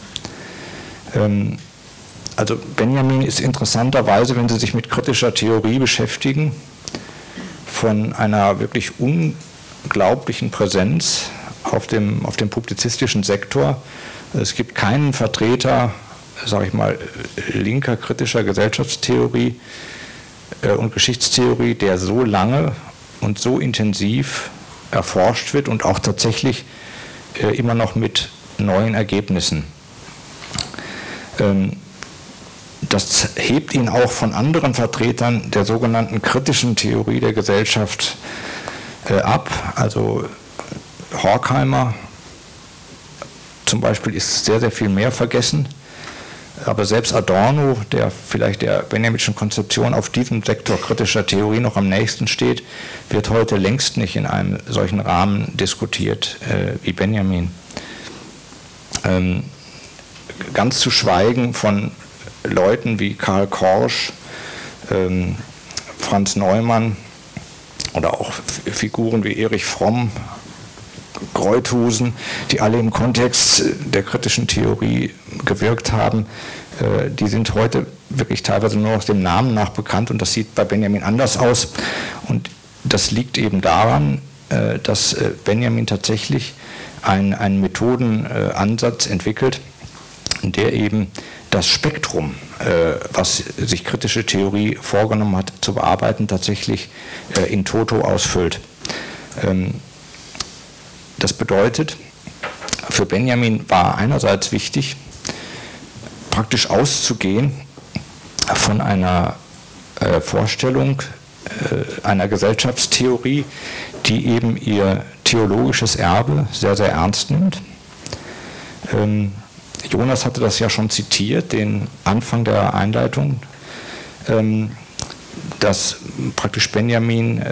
Also Benjamin ist interessanterweise, wenn Sie sich mit kritischer Theorie beschäftigen, von einer wirklich unglaublichen Präsenz auf dem publizistischen Sektor. Es gibt keinen Vertreter, sage ich mal, linker kritischer Gesellschaftstheorie und Geschichtstheorie, der so lange und so intensiv erforscht wird und auch tatsächlich immer noch mit neuen Ergebnissen. Das hebt ihn auch von anderen Vertretern der sogenannten kritischen Theorie der Gesellschaft ab. Also Horkheimer zum Beispiel ist sehr, sehr viel mehr vergessen. aber selbst Adorno, der vielleicht der benjaminschen Konzeption auf diesem Sektor kritischer Theorie noch am nächsten steht, wird heute längst nicht in einem solchen Rahmen diskutiert wie Benjamin. Ganz zu schweigen von Leuten wie Karl Korsch, Franz Neumann oder auch Figuren wie Erich Fromm, Greuthusen, die alle im Kontext der kritischen Theorie gewirkt haben, die sind heute wirklich teilweise nur noch dem Namen nach bekannt, und das sieht bei Benjamin anders aus. Und das liegt eben daran, dass Benjamin tatsächlich einen Methodenansatz entwickelt, der eben das Spektrum, was sich kritische Theorie vorgenommen hat zu bearbeiten, tatsächlich in toto ausfüllt. Das bedeutet, für Benjamin war einerseits wichtig, praktisch auszugehen von einer Vorstellung einer Gesellschaftstheorie, die eben ihr theologisches Erbe sehr, sehr ernst nimmt. Jonas hatte das ja schon zitiert, den Anfang der Einleitung, dass praktisch Benjamin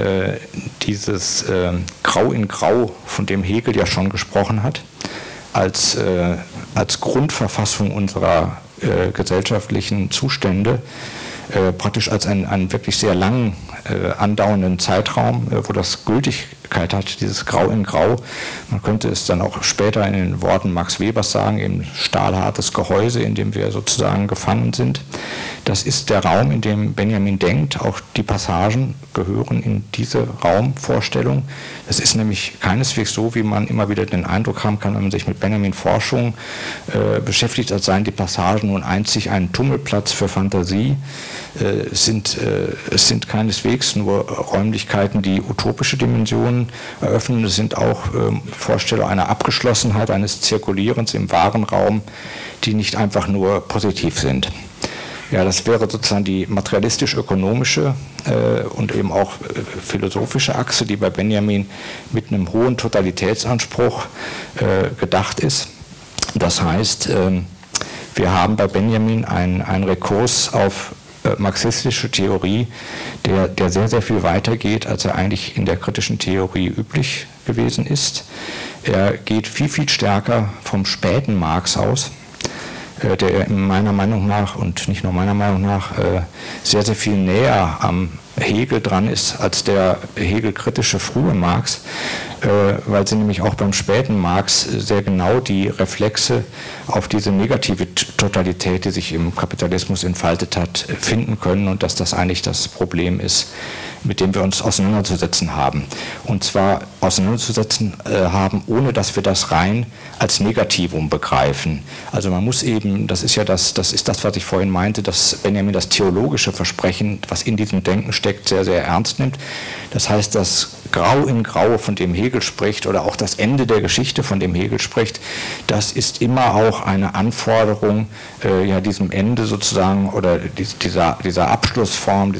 dieses Grau in Grau, von dem Hegel ja schon gesprochen hat, als Grundverfassung unserer gesellschaftlichen Zustände praktisch als einen wirklich sehr langen andauernden Zeitraum, wo das Gültigkeit hat, dieses Grau in Grau. Man könnte es dann auch später in den Worten Max Webers sagen, eben stahlhartes Gehäuse, in dem wir sozusagen gefangen sind. Das ist der Raum, in dem Benjamin denkt. Auch die Passagen gehören in diese Raumvorstellung. Es ist nämlich keineswegs so, wie man immer wieder den Eindruck haben kann, wenn man sich mit Benjamin-Forschung beschäftigt, als seien die Passagen nun einzig ein Tummelplatz für Fantasie. Es sind keineswegs nur Räumlichkeiten, die utopische Dimensionen eröffnen. Es sind auch Vorstellungen einer Abgeschlossenheit, eines Zirkulierens im wahren Raum, die nicht einfach nur positiv sind. Ja, das wäre sozusagen die materialistisch-ökonomische und eben auch philosophische Achse, die bei Benjamin mit einem hohen Totalitätsanspruch gedacht ist. Das heißt, wir haben bei Benjamin einen Rekurs auf marxistische Theorie, der sehr, sehr viel weiter geht, als er eigentlich in der kritischen Theorie üblich gewesen ist. Er geht viel, viel stärker vom späten Marx aus, der meiner Meinung nach und nicht nur meiner Meinung nach sehr, sehr viel näher am Hegel dran ist als der Hegel-kritische frühe Marx, weil sie nämlich auch beim späten Marx sehr genau die Reflexe auf diese negative Totalität, die sich im Kapitalismus entfaltet hat, finden können und dass das eigentlich das Problem ist, mit dem wir uns auseinanderzusetzen haben. Und zwar auseinanderzusetzen haben, ohne dass wir das rein als Negativum begreifen. Also man muss eben, das ist das, was ich vorhin meinte, dass Benjamin das theologische Versprechen, was in diesem Denken steckt, sehr, sehr ernst nimmt. Das heißt, das Grau in Grau, von dem Hegel spricht, oder auch das Ende der Geschichte, von dem Hegel spricht, das ist immer auch eine Anforderung, diesem Ende sozusagen, oder dieser Abschlussform,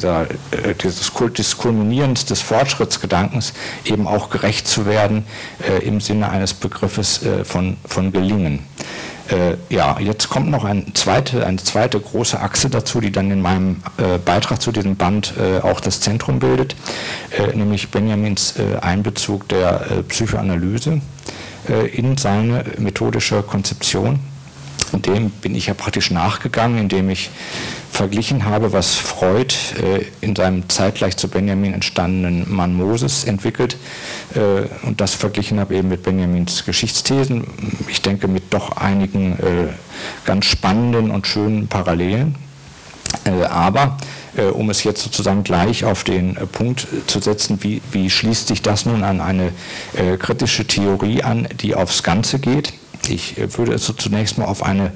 des Kulminierens des Fortschrittsgedankens eben auch gerecht zu werden, im Sinne eines Begriffes von Gelingen. Jetzt kommt noch eine zweite große Achse dazu, die dann in meinem Beitrag zu diesem Band auch das Zentrum bildet, nämlich Benjamins Einbezug der Psychoanalyse in seine methodische Konzeption. Und dem bin ich ja praktisch nachgegangen, indem ich verglichen habe, was Freud in seinem zeitgleich zu Benjamin entstandenen Mann Moses entwickelt und das verglichen habe eben mit Benjamins Geschichtsthesen. Ich denke mit doch einigen ganz spannenden und schönen Parallelen. Aber um es jetzt sozusagen gleich auf den Punkt zu setzen, wie schließt sich das nun an eine kritische Theorie an, die aufs Ganze geht? Ich würde es so zunächst mal auf eine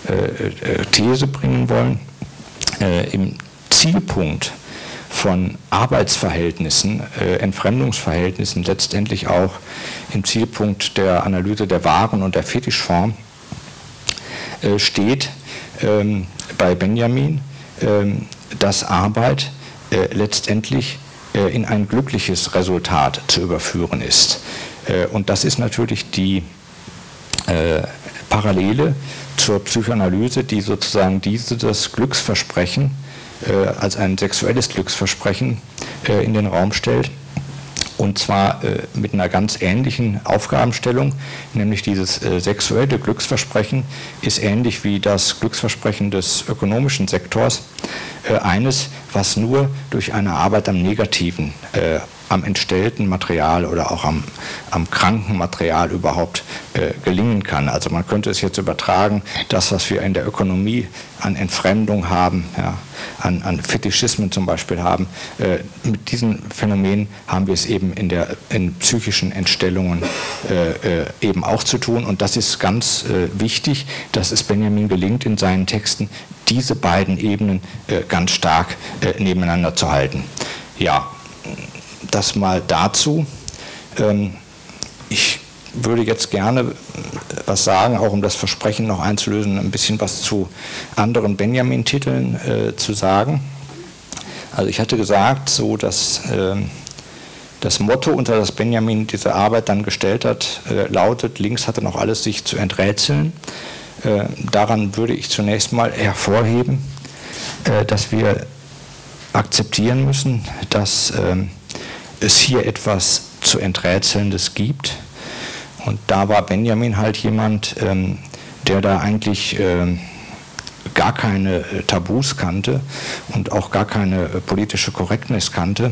These bringen wollen. Im Zielpunkt von Arbeitsverhältnissen, Entfremdungsverhältnissen, letztendlich auch im Zielpunkt der Analyse der Waren und der Fetischform, steht bei Benjamin, dass Arbeit letztendlich in ein glückliches Resultat zu überführen ist. Und das ist natürlich Parallele zur Psychoanalyse, die sozusagen das Glücksversprechen als ein sexuelles Glücksversprechen in den Raum stellt. Und zwar mit einer ganz ähnlichen Aufgabenstellung, nämlich dieses sexuelle Glücksversprechen ist ähnlich wie das Glücksversprechen des ökonomischen Sektors eines, was nur durch eine Arbeit am Negativen, am entstellten Material oder auch am kranken Material überhaupt gelingen kann. Also man könnte es jetzt übertragen, das, was wir in der Ökonomie an Entfremdung haben, ja, an Fetischismen zum Beispiel haben, mit diesen Phänomenen haben wir es eben in psychischen Entstellungen eben auch zu tun. Und das ist ganz wichtig, dass es Benjamin gelingt, in seinen Texten diese beiden Ebenen ganz stark nebeneinander zu halten. Ja, das mal dazu. Ich würde jetzt gerne was sagen, auch um das Versprechen noch einzulösen, ein bisschen was zu anderen Benjamin-Titeln zu sagen. Also ich hatte gesagt, so dass das Motto, unter das Benjamin diese Arbeit dann gestellt hat, lautet: Links hatte noch alles sich zu enträtseln. Daran würde ich zunächst mal hervorheben, dass wir akzeptieren müssen, dass es hier etwas zu Enträtselndes gibt. Und da war Benjamin halt jemand, der da eigentlich gar keine Tabus kannte und auch gar keine politische Korrektness kannte,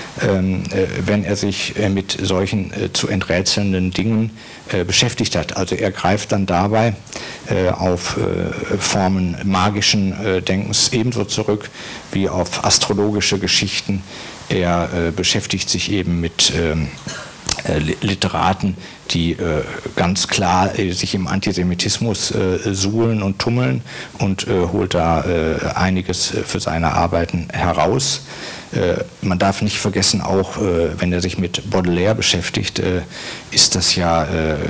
wenn er sich mit solchen zu enträtselnden Dingen beschäftigt hat. Also er greift dann dabei auf Formen magischen Denkens ebenso zurück wie auf astrologische Geschichten. Er beschäftigt sich eben mit Literaten, die ganz klar sich im Antisemitismus suhlen und tummeln, und holt da einiges für seine Arbeiten heraus. Man darf nicht vergessen, auch wenn er sich mit Baudelaire beschäftigt, ist das ja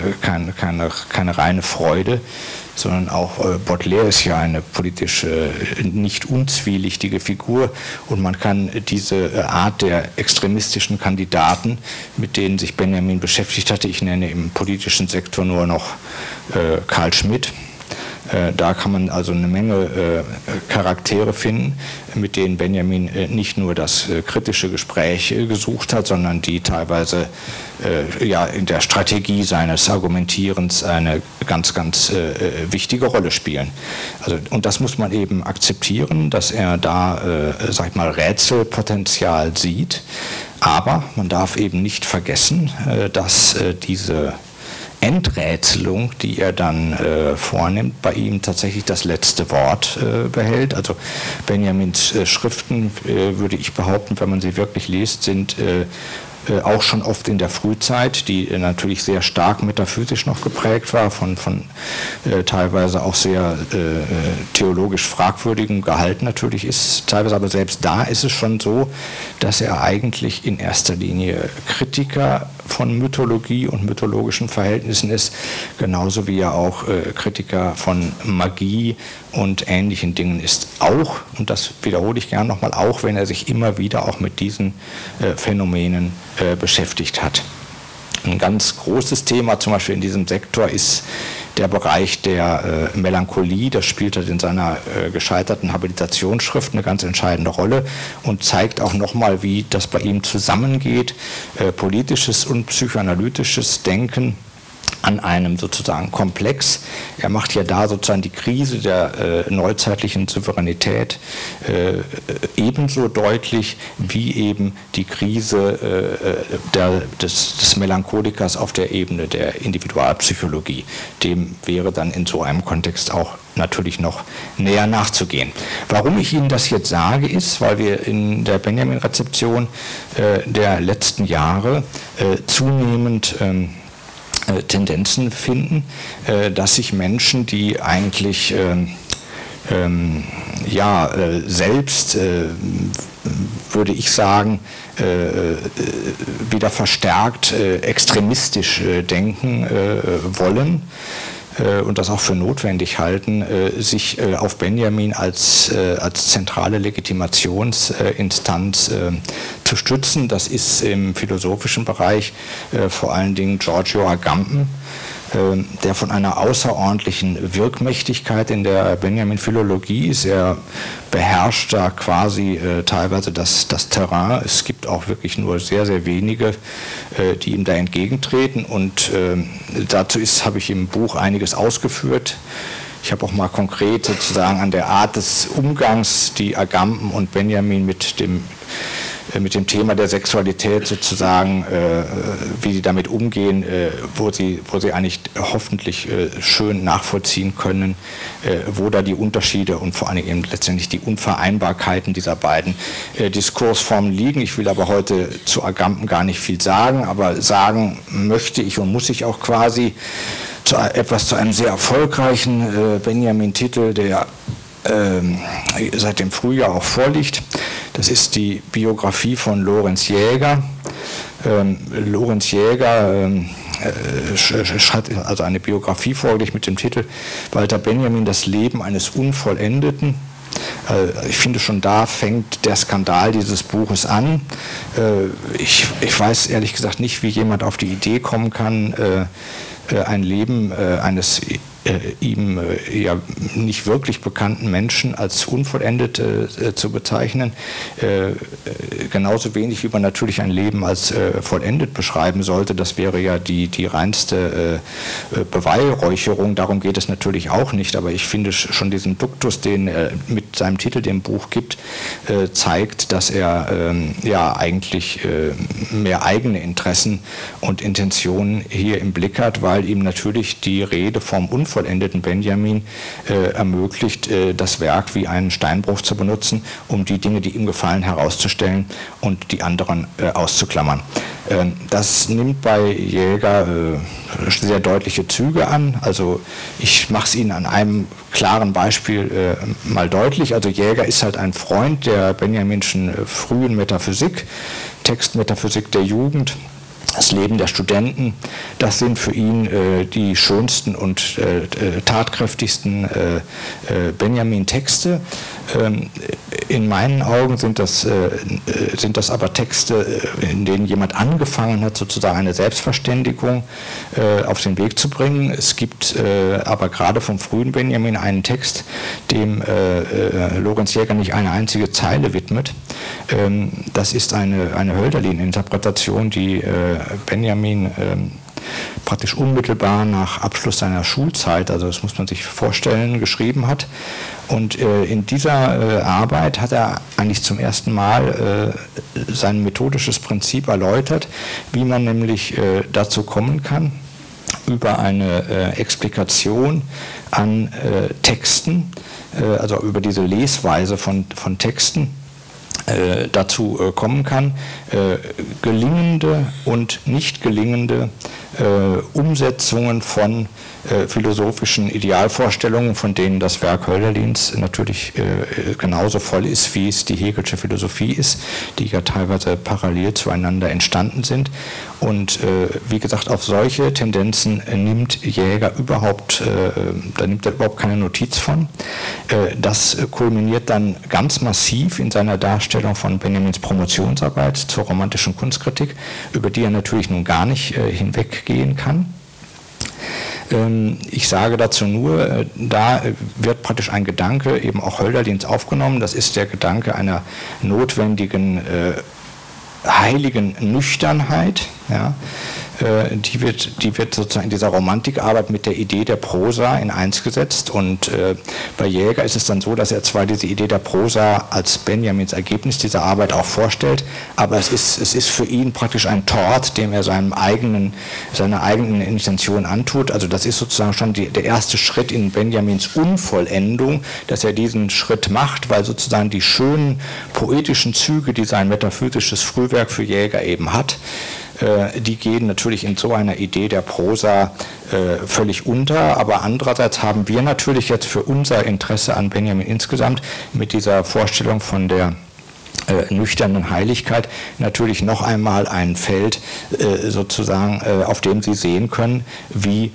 keine reine Freude, sondern auch Baudelaire ist ja eine politisch nicht unzwielichtige Figur, und man kann diese Art der extremistischen Kandidaten, mit denen sich Benjamin beschäftigt hatte, ich nenne im politischen Sektor nur noch Carl Schmitt, da kann man also eine Menge Charaktere finden, mit denen Benjamin nicht nur das kritische Gespräch gesucht hat, sondern die teilweise ja in der Strategie seines Argumentierens eine ganz, ganz wichtige Rolle spielen. Also, und das muss man eben akzeptieren, dass er da, sag ich mal, Rätselpotenzial sieht. Aber man darf eben nicht vergessen, dass diese Enträtselung, die er dann vornimmt, bei ihm tatsächlich das letzte Wort behält. Also Benjamins Schriften, würde ich behaupten, wenn man sie wirklich liest, sind auch schon oft in der Frühzeit, die natürlich sehr stark metaphysisch noch geprägt war, von teilweise auch sehr theologisch fragwürdigem Gehalt natürlich ist, teilweise, aber selbst da ist es schon so, dass er eigentlich in erster Linie Kritiker von Mythologie und mythologischen Verhältnissen ist, genauso wie er auch Kritiker von Magie und ähnlichen Dingen ist. Auch, und das wiederhole ich gerne nochmal, auch wenn er sich immer wieder auch mit diesen Phänomenen beschäftigt hat. Ein ganz großes Thema zum Beispiel in diesem Sektor ist der Bereich der Melancholie. Das spielt halt in seiner gescheiterten Habilitationsschrift eine ganz entscheidende Rolle und zeigt auch nochmal, wie das bei ihm zusammengeht, politisches und psychoanalytisches Denken an einem sozusagen Komplex. Er macht ja da sozusagen die Krise der neuzeitlichen Souveränität ebenso deutlich wie eben die Krise des Melancholikers auf der Ebene der Individualpsychologie. Dem wäre dann in so einem Kontext auch natürlich noch näher nachzugehen. Warum ich Ihnen das jetzt sage, ist, weil wir in der Benjamin-Rezeption der letzten Jahre zunehmend Tendenzen finden, dass sich Menschen, die eigentlich selbst, würde ich sagen, wieder verstärkt extremistisch denken wollen und das auch für notwendig halten, sich auf Benjamin als zentrale Legitimationsinstanz zu stützen. Das ist im philosophischen Bereich vor allen Dingen Giorgio Agamben, der von einer außerordentlichen Wirkmächtigkeit in der Benjamin-Philologie ist. Er beherrscht da quasi teilweise das Terrain. Es gibt auch wirklich nur sehr, sehr wenige, die ihm da entgegentreten. Und dazu habe ich im Buch einiges ausgeführt. Ich habe auch mal konkret sozusagen an der Art des Umgangs, die Agamben und Benjamin mit dem Thema der Sexualität sozusagen, wie sie damit umgehen, wo sie eigentlich hoffentlich schön nachvollziehen können, wo da die Unterschiede und vor allem eben letztendlich die Unvereinbarkeiten dieser beiden Diskursformen liegen. Ich will aber heute zu Agamben gar nicht viel sagen, aber sagen möchte ich und muss ich auch quasi zu einem sehr erfolgreichen Benjamin-Titel, der seit dem Frühjahr auch vorliegt. Das ist die Biografie von Lorenz Jäger. Lorenz Jäger hat also eine Biografie vorgelegt mit dem Titel Walter Benjamin, das Leben eines Unvollendeten. Ich finde, schon da fängt der Skandal dieses Buches an. Ich weiß ehrlich gesagt nicht, wie jemand auf die Idee kommen kann, ein Leben eines ihm ja nicht wirklich bekannten Menschen als unvollendet zu bezeichnen. Genauso wenig wie man natürlich ein Leben als vollendet beschreiben sollte. Das wäre ja die reinste Beweihräucherung. Darum geht es natürlich auch nicht. Aber ich finde schon diesen Duktus, den er mit seinem Titel dem Buch gibt, zeigt, dass er ja eigentlich mehr eigene Interessen und Intentionen hier im Blick hat, weil ihm natürlich die Rede vom unvollendeten Benjamin ermöglicht, das Werk wie einen Steinbruch zu benutzen, um die Dinge, die ihm gefallen, herauszustellen und die anderen auszuklammern. Das nimmt bei Jäger sehr deutliche Züge an. Also ich mache es Ihnen an einem klaren Beispiel mal deutlich. Also Jäger ist halt ein Freund der benjaminschen frühen Metaphysik, Textmetaphysik der Jugend. Das Leben der Studenten, das sind für ihn die schönsten und tatkräftigsten Benjamin-Texte. In meinen Augen sind das aber Texte, in denen jemand angefangen hat, sozusagen eine Selbstverständigung auf den Weg zu bringen. Es gibt aber gerade vom frühen Benjamin einen Text, dem Lorenz Jäger nicht eine einzige Zeile widmet. Das ist eine Hölderlin-Interpretation, die Benjamin praktisch unmittelbar nach Abschluss seiner Schulzeit, also das muss man sich vorstellen, geschrieben hat. Und in dieser Arbeit hat er eigentlich zum ersten Mal sein methodisches Prinzip erläutert, wie man nämlich dazu kommen kann, über eine Explikation an Texten, also über diese Lesweise von Texten, dazu kommen kann, gelingende und nicht gelingende Umsetzungen von philosophischen Idealvorstellungen, von denen das Werk Hölderlins natürlich genauso voll ist, wie es die Hegelsche Philosophie ist, die ja teilweise parallel zueinander entstanden sind. Und wie gesagt, auf solche Tendenzen nimmt Jäger überhaupt keine Notiz von. Das kulminiert dann ganz massiv in seiner Darstellung von Benjamins Promotionsarbeit zur romantischen Kunstkritik, über die er natürlich nun gar nicht hinweggehen kann. Ich sage dazu nur, da wird praktisch ein Gedanke eben auch Hölderlins aufgenommen. Das ist der Gedanke einer notwendigen heiligen Nüchternheit. Ja, die wird sozusagen in dieser Romantikarbeit mit der Idee der Prosa in eins gesetzt. Und bei Jäger ist es dann so, dass er zwar diese Idee der Prosa als Benjamins Ergebnis dieser Arbeit auch vorstellt, aber es ist für ihn praktisch ein Tort, dem er seine eigenen Intention antut. Also das ist sozusagen schon der erste Schritt in Benjamins Unvollendung, dass er diesen Schritt macht, weil sozusagen die schönen poetischen Züge, die sein metaphysisches Frühwerk für Jäger eben hat, die gehen natürlich in so einer Idee der Prosa völlig unter, aber andererseits haben wir natürlich jetzt für unser Interesse an Benjamin insgesamt mit dieser Vorstellung von der nüchternen Heiligkeit natürlich noch einmal ein Feld sozusagen, auf dem Sie sehen können, wie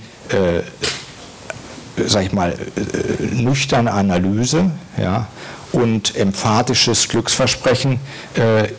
nüchterne Analyse, ja, und emphatisches Glücksversprechen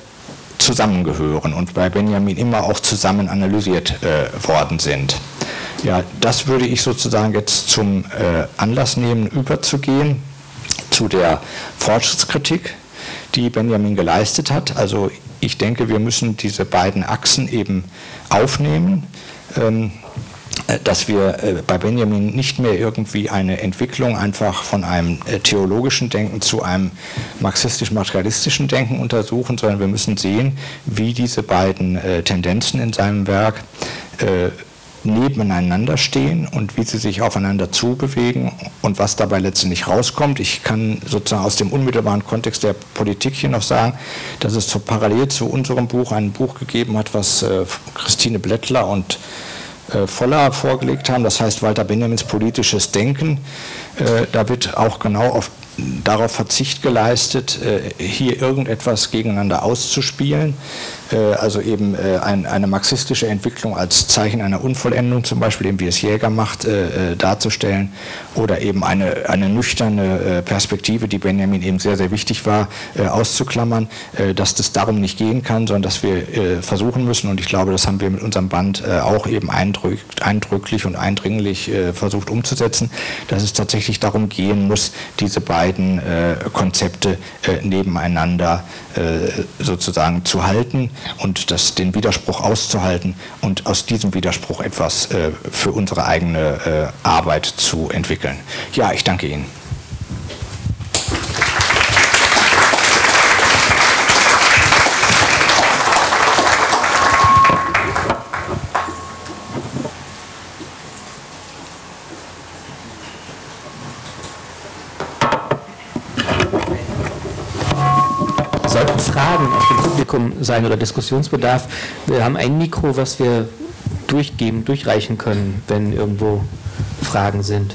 zusammengehören und bei Benjamin immer auch zusammen analysiert worden sind. Ja, das würde ich sozusagen jetzt zum Anlass nehmen, überzugehen zu der Fortschrittskritik, die Benjamin geleistet hat. Also ich denke, wir müssen diese beiden Achsen eben aufnehmen, dass wir bei Benjamin nicht mehr irgendwie eine Entwicklung einfach von einem theologischen Denken zu einem marxistisch-materialistischen Denken untersuchen, sondern wir müssen sehen, wie diese beiden Tendenzen in seinem Werk nebeneinander stehen und wie sie sich aufeinander zubewegen und was dabei letztendlich rauskommt. Ich kann sozusagen aus dem unmittelbaren Kontext der Politik hier noch sagen, dass es parallel zu unserem Buch ein Buch gegeben hat, was Christine Blättler und Voller vorgelegt haben, das heißt Walter Benjamins politisches Denken. Da wird auch genau darauf Verzicht geleistet, hier irgendetwas gegeneinander auszuspielen, also eben eine marxistische Entwicklung als Zeichen einer Unvollendung, zum Beispiel eben wie es Jäger macht, darzustellen, oder eben eine nüchterne Perspektive, die Benjamin eben sehr, sehr wichtig war, auszuklammern, dass das darum nicht gehen kann, sondern dass wir versuchen müssen, und ich glaube, das haben wir mit unserem Band auch eben eindrücklich und eindringlich versucht umzusetzen, dass es tatsächlich darum gehen muss, diese beiden Konzepte nebeneinander sozusagen zu halten und den Widerspruch auszuhalten und aus diesem Widerspruch etwas für unsere eigene Arbeit zu entwickeln. Ja, ich danke Ihnen. Sollten Fragen aus dem Publikum sein oder Diskussionsbedarf, wir haben ein Mikro, was wir durchreichen können, wenn irgendwo Fragen sind.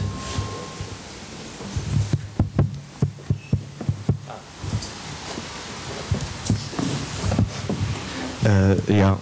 Ja.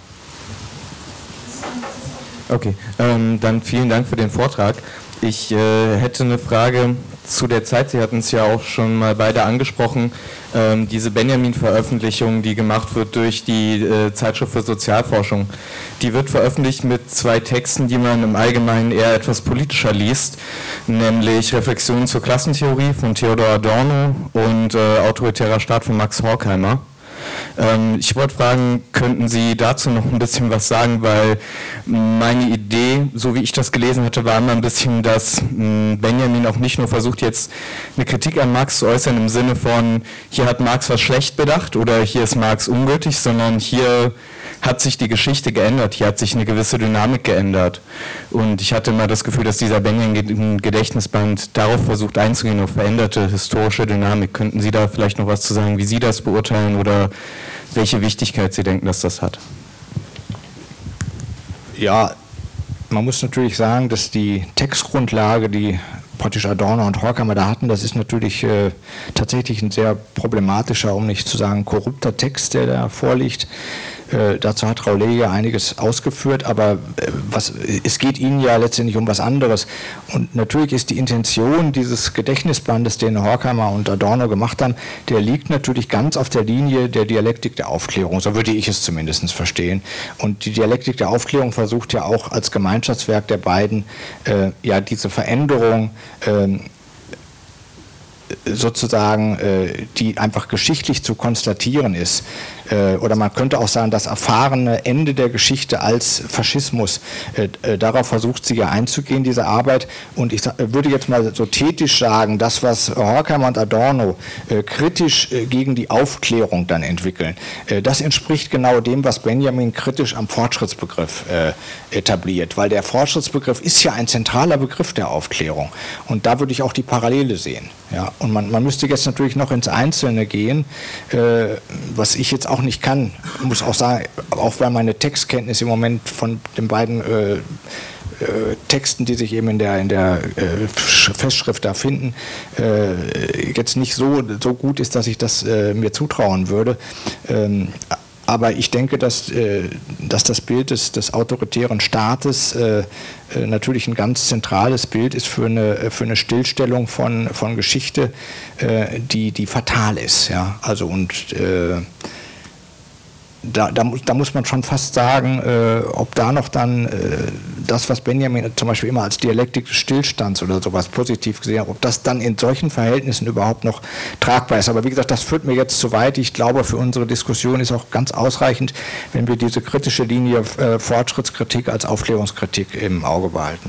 Okay, dann vielen Dank für den Vortrag. Ich hätte eine Frage zu der Zeit. Sie hatten es ja auch schon mal beide angesprochen. Diese Benjamin-Veröffentlichung, die gemacht wird durch die Zeitschrift für Sozialforschung, die wird veröffentlicht mit 2 Texten, die man im Allgemeinen eher etwas politischer liest, nämlich Reflexionen zur Klassentheorie von Theodor Adorno und Autoritärer Staat von Max Horkheimer. Ich wollte fragen, könnten Sie dazu noch ein bisschen was sagen, weil meine Idee, so wie ich das gelesen hatte, war immer ein bisschen, dass Benjamin auch nicht nur versucht, jetzt eine Kritik an Marx zu äußern im Sinne von, hier hat Marx was schlecht bedacht oder hier ist Marx ungültig, sondern hier hat sich die Geschichte geändert, hier hat sich eine gewisse Dynamik geändert. Und ich hatte immer das Gefühl, dass dieser Benjamin-Gedächtnisband darauf versucht einzugehen, auf veränderte historische Dynamik. Könnten Sie da vielleicht noch was zu sagen, wie Sie das beurteilen oder welche Wichtigkeit Sie denken, dass das hat? Ja, man muss natürlich sagen, dass die Textgrundlage, die praktisch Adorno und Horkheimer da hatten, das ist natürlich tatsächlich ein sehr problematischer, um nicht zu sagen korrupter Text, der da vorliegt. Dazu hat Raoulé ja einiges ausgeführt, aber es geht Ihnen ja letztendlich um was anderes. Und natürlich ist die Intention dieses Gedächtnisbandes, den Horkheimer und Adorno gemacht haben, der liegt natürlich ganz auf der Linie der Dialektik der Aufklärung, so würde ich es zumindest verstehen. Und die Dialektik der Aufklärung versucht ja auch als Gemeinschaftswerk der beiden ja diese Veränderung sozusagen, die einfach geschichtlich zu konstatieren ist. Oder man könnte auch sagen, das erfahrene Ende der Geschichte als Faschismus. Darauf versucht sie ja einzugehen, diese Arbeit. Und ich würde jetzt mal so tätisch sagen, das, was Horkheimer und Adorno kritisch gegen die Aufklärung dann entwickeln, das entspricht genau dem, was Benjamin kritisch am Fortschrittsbegriff etabliert. Weil der Fortschrittsbegriff ist ja ein zentraler Begriff der Aufklärung. Und da würde ich auch die Parallele sehen. Ja? Und man müsste jetzt natürlich noch ins Einzelne gehen, was ich jetzt auch nicht kann. Ich muss auch sagen, auch weil meine Textkenntnis im Moment von den beiden Texten, die sich eben in der Festschrift da finden, jetzt nicht so gut ist, dass ich das mir zutrauen würde. Aber ich denke, dass das Bild des autoritären Staates natürlich ein ganz zentrales Bild ist für eine Stillstellung von Geschichte, die fatal ist. Ja? Also und da muss man schon fast sagen, ob da noch dann das, was Benjamin zum Beispiel immer als Dialektik des Stillstands oder sowas positiv gesehen hat, ob das dann in solchen Verhältnissen überhaupt noch tragbar ist. Aber wie gesagt, das führt mir jetzt zu weit. Ich glaube, für unsere Diskussion ist auch ganz ausreichend, wenn wir diese kritische Linie Fortschrittskritik als Aufklärungskritik im Auge behalten.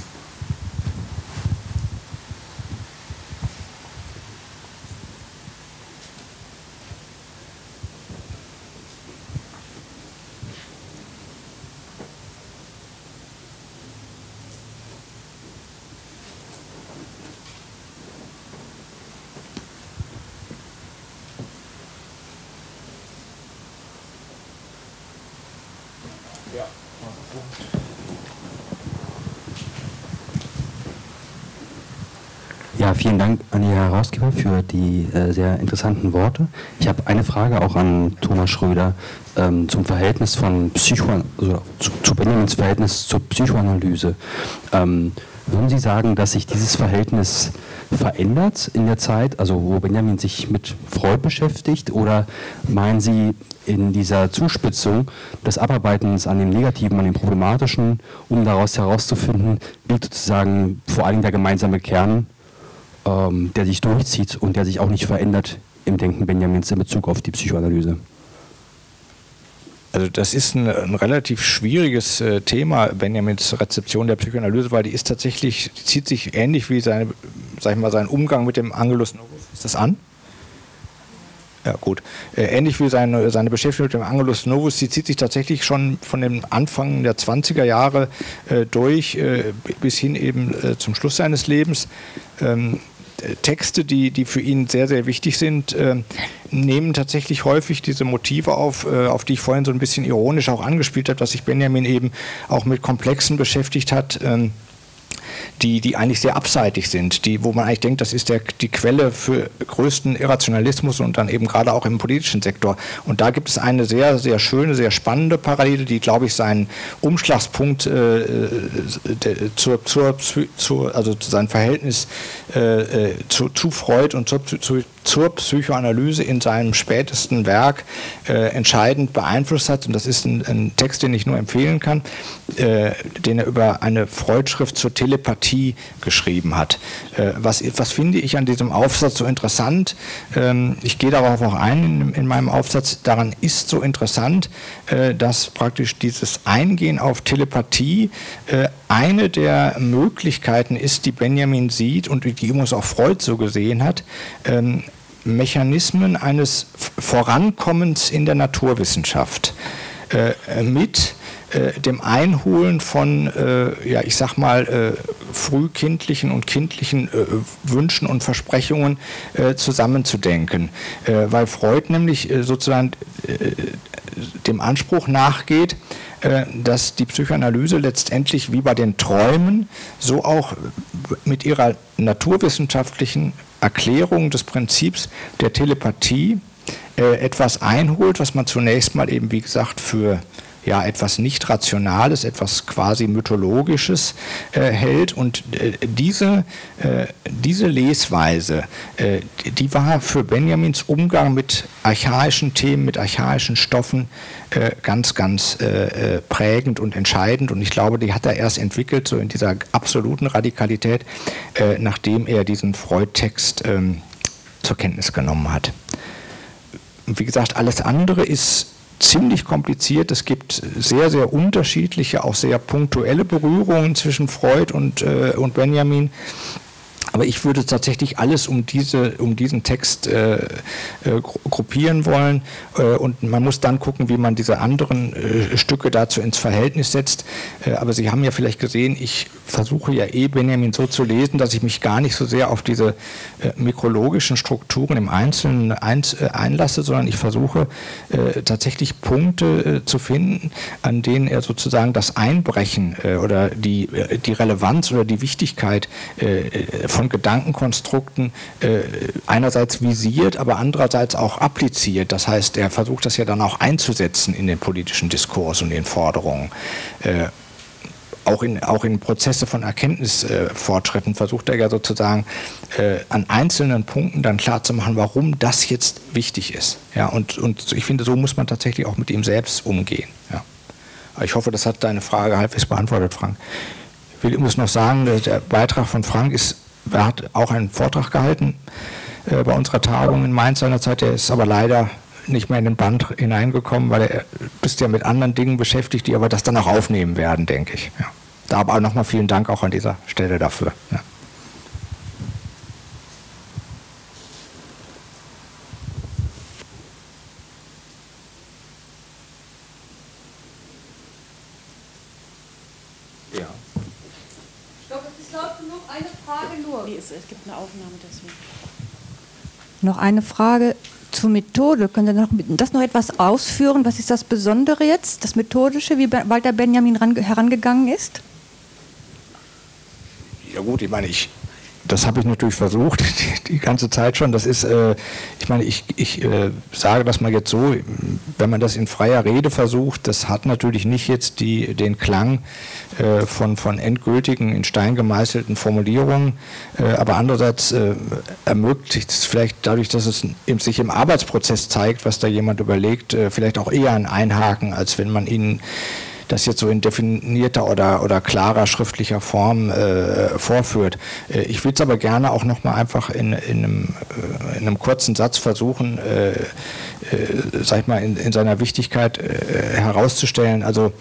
Ja, vielen Dank an die Herausgeber für die sehr interessanten Worte. Ich habe eine Frage auch an Thomas Schröder zum Verhältnis von zu Benjamins Verhältnis zur Psychoanalyse. Würden Sie sagen, dass sich dieses Verhältnis verändert in der Zeit, also wo Benjamin sich mit Freud beschäftigt, oder meinen Sie in dieser Zuspitzung des Abarbeitens an dem Negativen, an dem Problematischen, um daraus herauszufinden, liegt sozusagen vor allem der gemeinsame Kern, der sich durchzieht und der sich auch nicht verändert im Denken Benjamins in Bezug auf die Psychoanalyse? Also das ist ein relativ schwieriges Thema, Benjamins Rezeption der Psychoanalyse, weil die zieht sich ähnlich wie sein Umgang mit dem Angelus Novus. Ist das an? Ja, gut. Ähnlich wie seine Beschäftigung mit dem Angelus Novus, sie zieht sich tatsächlich schon von dem Anfang der 20er Jahre durch bis hin eben zum Schluss seines Lebens. Texte, die für ihn sehr, sehr wichtig sind, nehmen tatsächlich häufig diese Motive auf die ich vorhin so ein bisschen ironisch auch angespielt habe, dass sich Benjamin eben auch mit Komplexen beschäftigt hat, die eigentlich sehr abseitig sind, wo man eigentlich denkt, das ist die Quelle für größten Irrationalismus und dann eben gerade auch im politischen Sektor. Und da gibt es eine sehr, sehr schöne, sehr spannende Parallele, die, glaube ich, seinen Umschlagspunkt also sein Verhältnis zu Freud und zur Psychoanalyse in seinem spätesten Werk entscheidend beeinflusst hat. Und das ist ein Text, den ich nur empfehlen kann, den er über eine Freud-Schrift zur Telepathie geschrieben hat. Was finde ich an diesem Aufsatz so interessant? Ich gehe darauf auch ein in meinem Aufsatz. Daran ist so interessant, dass praktisch dieses Eingehen auf Telepathie eine der Möglichkeiten ist, die Benjamin sieht und die übrigens auch Freud so gesehen hat, Mechanismen eines Vorankommens in der Naturwissenschaft mit dem Einholen von, frühkindlichen und kindlichen Wünschen und Versprechungen zusammenzudenken. Weil Freud nämlich sozusagen dem Anspruch nachgeht, dass die Psychoanalyse letztendlich wie bei den Träumen so auch mit ihrer naturwissenschaftlichen Erklärung des Prinzips der Telepathie etwas einholt, was man zunächst mal eben, wie gesagt, für etwas nicht Rationales, etwas quasi Mythologisches hält. Und diese Lesweise, die war für Benjamins Umgang mit archaischen Themen, mit archaischen Stoffen ganz, ganz prägend und entscheidend. Und ich glaube, die hat er erst entwickelt, so in dieser absoluten Radikalität, nachdem er diesen Freud-Text zur Kenntnis genommen hat. Und wie gesagt, alles andere ist ziemlich kompliziert. Es gibt sehr, sehr unterschiedliche, auch sehr punktuelle Berührungen zwischen Freud und Benjamin. Aber ich würde tatsächlich alles um diesen Text gruppieren wollen und man muss dann gucken, wie man diese anderen Stücke dazu ins Verhältnis setzt. Aber Sie haben ja vielleicht gesehen, ich versuche ja Benjamin so zu lesen, dass ich mich gar nicht so sehr auf diese mikrologischen Strukturen im Einzelnen einlasse, sondern ich versuche tatsächlich Punkte zu finden, an denen er sozusagen das Einbrechen oder die Relevanz oder die Wichtigkeit von Gedankenkonstrukten einerseits visiert, aber andererseits auch appliziert. Das heißt, er versucht das ja dann auch einzusetzen in den politischen Diskurs und den Forderungen. Auch in Prozesse von Erkenntnisfortschritten versucht er ja sozusagen an einzelnen Punkten dann klarzumachen, warum das jetzt wichtig ist. Ja, und ich finde, so muss man tatsächlich auch mit ihm selbst umgehen. Ja. Ich hoffe, das hat deine Frage halbwegs beantwortet, Frank. muss noch sagen, der Beitrag von Frank er hat auch einen Vortrag gehalten bei unserer Tagung in Mainz seinerzeit, der ist aber leider nicht mehr in den Band hineingekommen, weil er ist ja mit anderen Dingen beschäftigt, die aber das dann auch aufnehmen werden, denke ich. Ja. Da aber nochmal vielen Dank auch an dieser Stelle dafür. Ja. Ja. Stopp, es läuft noch eine Frage nur. Nee, es gibt eine Aufnahme deswegen. Noch eine Frage zur Methode. Können Sie das noch etwas ausführen? Was ist das Besondere jetzt, das Methodische, wie Walter Benjamin herangegangen ist? Ja gut, ich meine, das habe ich natürlich versucht, die ganze Zeit schon. Das ist, ich meine, ich sage das mal jetzt so, wenn man das in freier Rede versucht, das hat natürlich nicht jetzt den Klang von endgültigen, in Stein gemeißelten Formulierungen, aber andererseits ermöglicht es vielleicht dadurch, dass es sich im Arbeitsprozess zeigt, was da jemand überlegt, vielleicht auch eher ein Einhaken, als wenn man ihnen das jetzt so in definierter oder klarer schriftlicher Form vorführt. Ich will es aber gerne auch nochmal einfach in einem kurzen Satz versuchen, sag ich mal, in seiner Wichtigkeit herauszustellen. Also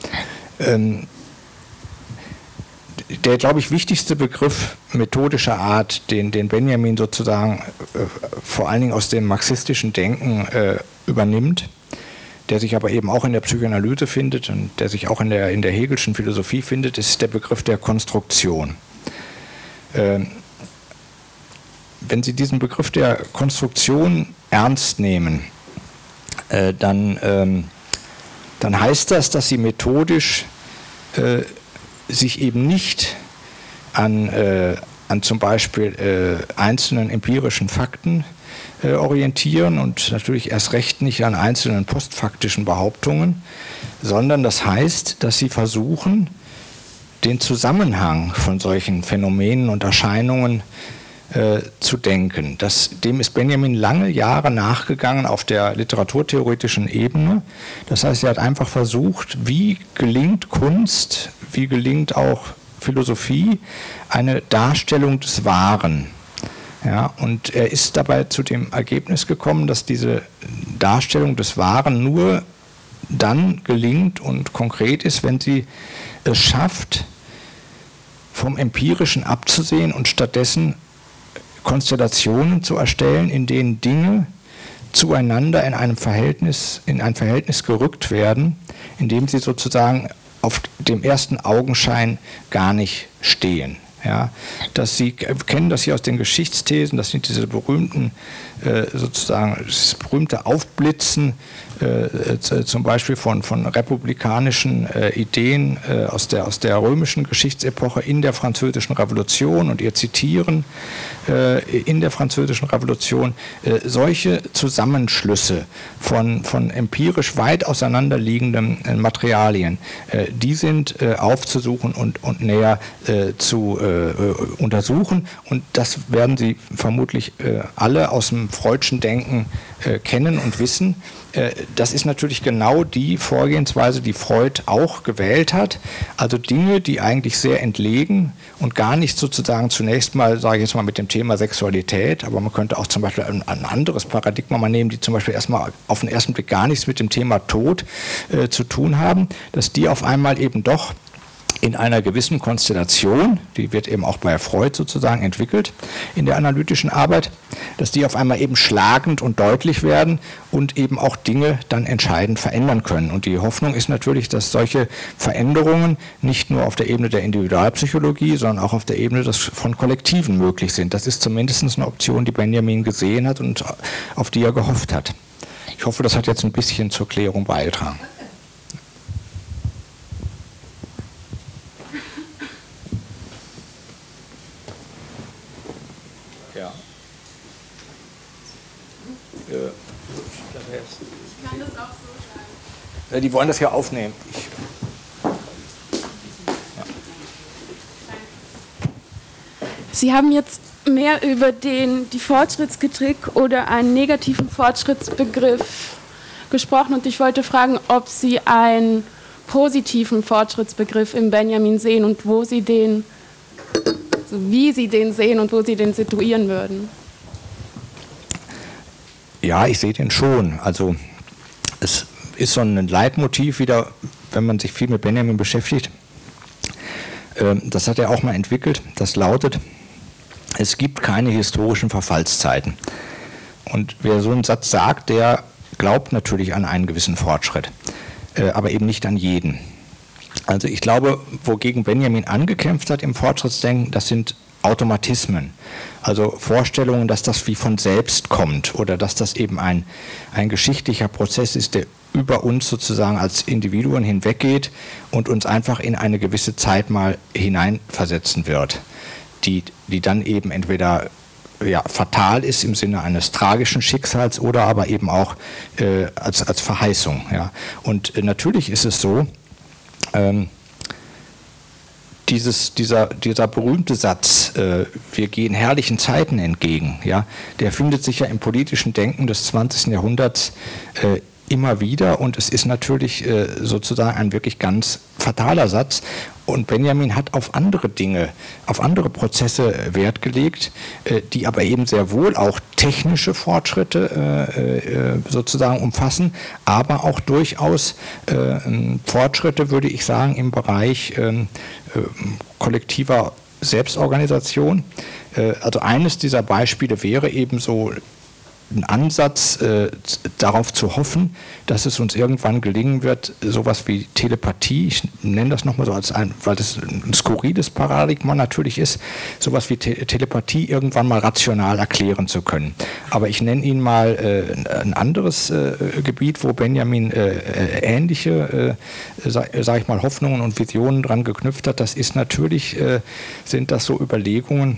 der, glaube ich, wichtigste Begriff methodischer Art, den Benjamin sozusagen vor allen Dingen aus dem marxistischen Denken übernimmt, der sich aber eben auch in der Psychoanalyse findet und der sich auch in der Hegelschen Philosophie findet, ist der Begriff der Konstruktion. Wenn Sie diesen Begriff der Konstruktion ernst nehmen, dann heißt das, dass Sie methodisch sich eben nicht an zum Beispiel einzelnen empirischen Fakten orientieren und natürlich erst recht nicht an einzelnen postfaktischen Behauptungen, sondern das heißt, dass sie versuchen, den Zusammenhang von solchen Phänomenen und Erscheinungen zu denken. Dem ist Benjamin lange Jahre nachgegangen auf der literaturtheoretischen Ebene. Das heißt, er hat einfach versucht, wie gelingt Kunst, wie gelingt auch Philosophie, eine Darstellung des Wahren. Ja, und er ist dabei zu dem Ergebnis gekommen, dass diese Darstellung des Wahren nur dann gelingt und konkret ist, wenn sie es schafft, vom Empirischen abzusehen und stattdessen Konstellationen zu erstellen, in denen Dinge zueinander in ein Verhältnis gerückt werden, in dem sie sozusagen auf dem ersten Augenschein gar nicht stehen. Ja, dass Sie kennen das hier aus den Geschichtsthesen, das sind diese berühmten, sozusagen, das berühmte Aufblitzen, zum Beispiel von republikanischen Ideen aus der römischen Geschichtsepoche in der Französischen Revolution und ihr Zitieren in der Französischen Revolution, solche Zusammenschlüsse von empirisch weit auseinanderliegenden Materialien, die sind aufzusuchen und näher zu untersuchen, und das werden Sie vermutlich alle aus dem Freudschen Denken kennen und wissen. Das ist natürlich genau die Vorgehensweise, die Freud auch gewählt hat. Also Dinge, die eigentlich sehr entlegen und gar nicht sozusagen zunächst mal, sage ich jetzt mal, mit dem Thema Sexualität, aber man könnte auch zum Beispiel ein anderes Paradigma mal nehmen, die zum Beispiel erstmal auf den ersten Blick gar nichts mit dem Thema Tod zu tun haben, dass die auf einmal eben doch in einer gewissen Konstellation, die wird eben auch bei Freud sozusagen entwickelt in der analytischen Arbeit, dass die auf einmal eben schlagend und deutlich werden und eben auch Dinge dann entscheidend verändern können. Und die Hoffnung ist natürlich, dass solche Veränderungen nicht nur auf der Ebene der Individualpsychologie, sondern auch auf der Ebene von Kollektiven möglich sind. Das ist zumindest eine Option, die Benjamin gesehen hat und auf die er gehofft hat. Ich hoffe, das hat jetzt ein bisschen zur Klärung beigetragen. Ich kann das auch so sagen. Die wollen das ja aufnehmen. Sie haben jetzt mehr über die Fortschrittskritik oder einen negativen Fortschrittsbegriff gesprochen, und ich wollte fragen, ob Sie ein positiven Fortschrittsbegriff im Benjamin sehen und wo Sie den, also wie Sie den sehen und wo Sie den situieren würden. Ja, ich sehe den schon. Also es ist so ein Leitmotiv wieder, wenn man sich viel mit Benjamin beschäftigt. Das hat er auch mal entwickelt. Das lautet: Es gibt keine historischen Verfallszeiten. Und wer so einen Satz sagt, der glaubt natürlich an einen gewissen Fortschritt, aber eben nicht an jeden. Also ich glaube, wogegen Benjamin angekämpft hat im Fortschrittsdenken, das sind Automatismen. Also Vorstellungen, dass das wie von selbst kommt oder dass das eben ein geschichtlicher Prozess ist, der über uns sozusagen als Individuen hinweggeht und uns einfach in eine gewisse Zeit mal hineinversetzen wird, die dann eben entweder fatal ist im Sinne eines tragischen Schicksals oder aber eben auch als Verheißung. Ja. Und natürlich ist es so, dieser berühmte Satz, wir gehen herrlichen Zeiten entgegen, ja, der findet sich ja im politischen Denken des 20. Jahrhunderts immer wieder, und es ist natürlich sozusagen ein wirklich ganz fataler Satz. Und Benjamin hat auf andere Dinge, auf andere Prozesse Wert gelegt, die aber eben sehr wohl auch technische Fortschritte sozusagen umfassen, aber auch durchaus Fortschritte, würde ich sagen, im Bereich kollektiver Selbstorganisation. Also eines dieser Beispiele wäre eben so ein Ansatz, darauf zu hoffen, dass es uns irgendwann gelingen wird, sowas wie Telepathie, ich nenne das nochmal so, weil das ein skurriles Paradigma natürlich ist, sowas wie Telepathie irgendwann mal rational erklären zu können. Aber ich nenne Ihnen mal ein anderes Gebiet, wo Benjamin ähnliche, sage ich mal, Hoffnungen und Visionen dran geknüpft hat. Das ist natürlich, sind das so Überlegungen,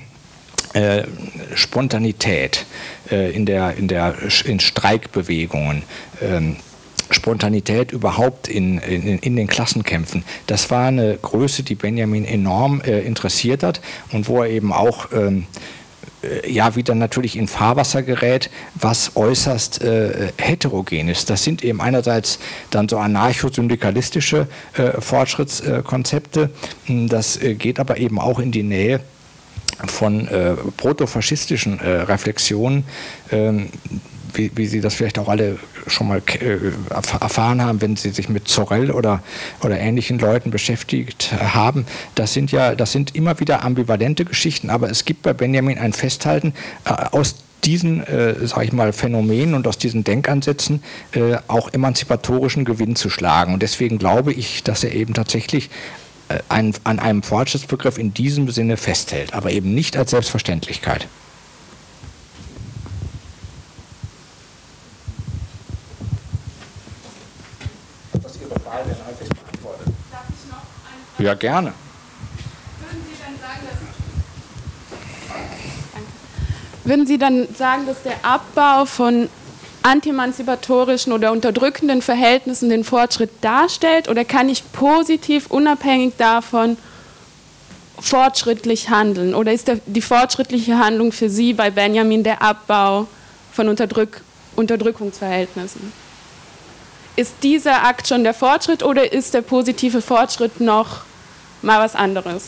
Spontanität in Streikbewegungen, Spontanität überhaupt in den Klassenkämpfen. Das war eine Größe, die Benjamin enorm interessiert hat und wo er eben auch wieder natürlich in Fahrwasser gerät, was äußerst heterogen ist. Das sind eben einerseits dann so anarcho-syndikalistische Fortschrittskonzepte, das geht aber eben auch in die Nähe von protofaschistischen Reflexionen, wie Sie das vielleicht auch alle schon mal erfahren haben, wenn Sie sich mit Sorel oder ähnlichen Leuten beschäftigt haben. Das sind immer wieder ambivalente Geschichten, aber es gibt bei Benjamin ein Festhalten aus diesen, sage ich mal, Phänomenen und aus diesen Denkansätzen auch emanzipatorischen Gewinn zu schlagen. Und deswegen glaube ich, dass er eben tatsächlich an einem Fortschrittsbegriff in diesem Sinne festhält, aber eben nicht als Selbstverständlichkeit. Das Ihre Frage dann einfach beantwortet. Darf ich noch eine Frage? Ja, gerne. Würden Sie dann sagen, dass der Abbau von antiemanzipatorischen oder unterdrückenden Verhältnissen den Fortschritt darstellt, oder kann ich positiv, unabhängig davon, fortschrittlich handeln? Oder ist die fortschrittliche Handlung für Sie bei Benjamin der Abbau von Unterdrückungsverhältnissen? Ist dieser Akt schon der Fortschritt oder ist der positive Fortschritt noch mal was anderes?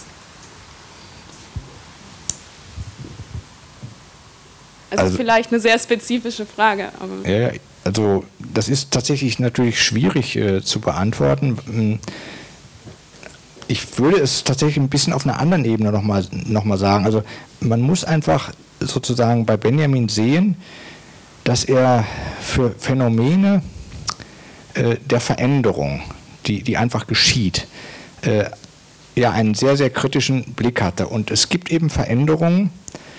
Also vielleicht eine sehr spezifische Frage. Aber ja, also das ist tatsächlich natürlich schwierig zu beantworten. Ich würde es tatsächlich ein bisschen auf einer anderen Ebene noch mal sagen. Also man muss einfach sozusagen bei Benjamin sehen, dass er für Phänomene der Veränderung, die einfach geschieht, einen sehr, sehr kritischen Blick hatte. Und es gibt eben Veränderungen,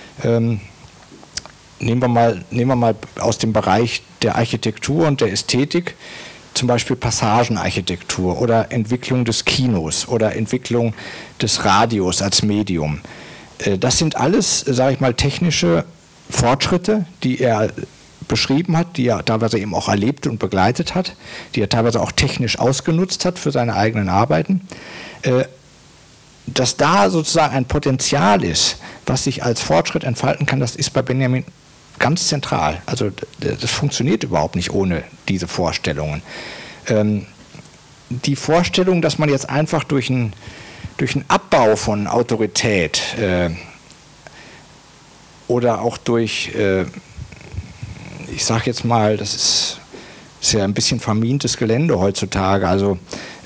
Nehmen wir mal aus dem Bereich der Architektur und der Ästhetik, zum Beispiel Passagenarchitektur oder Entwicklung des Kinos oder Entwicklung des Radios als Medium. Das sind alles, sage ich mal, technische Fortschritte, die er beschrieben hat, die er teilweise eben auch erlebt und begleitet hat, die er teilweise auch technisch ausgenutzt hat für seine eigenen Arbeiten. Dass da sozusagen ein Potenzial ist, was sich als Fortschritt entfalten kann, das ist bei Benjamin ganz zentral. Also das funktioniert überhaupt nicht ohne diese Vorstellungen. die Vorstellung, dass man jetzt einfach durch einen Abbau von Autorität oder auch durch, ich sage jetzt mal, das ist ja ein bisschen vermintes Gelände heutzutage, also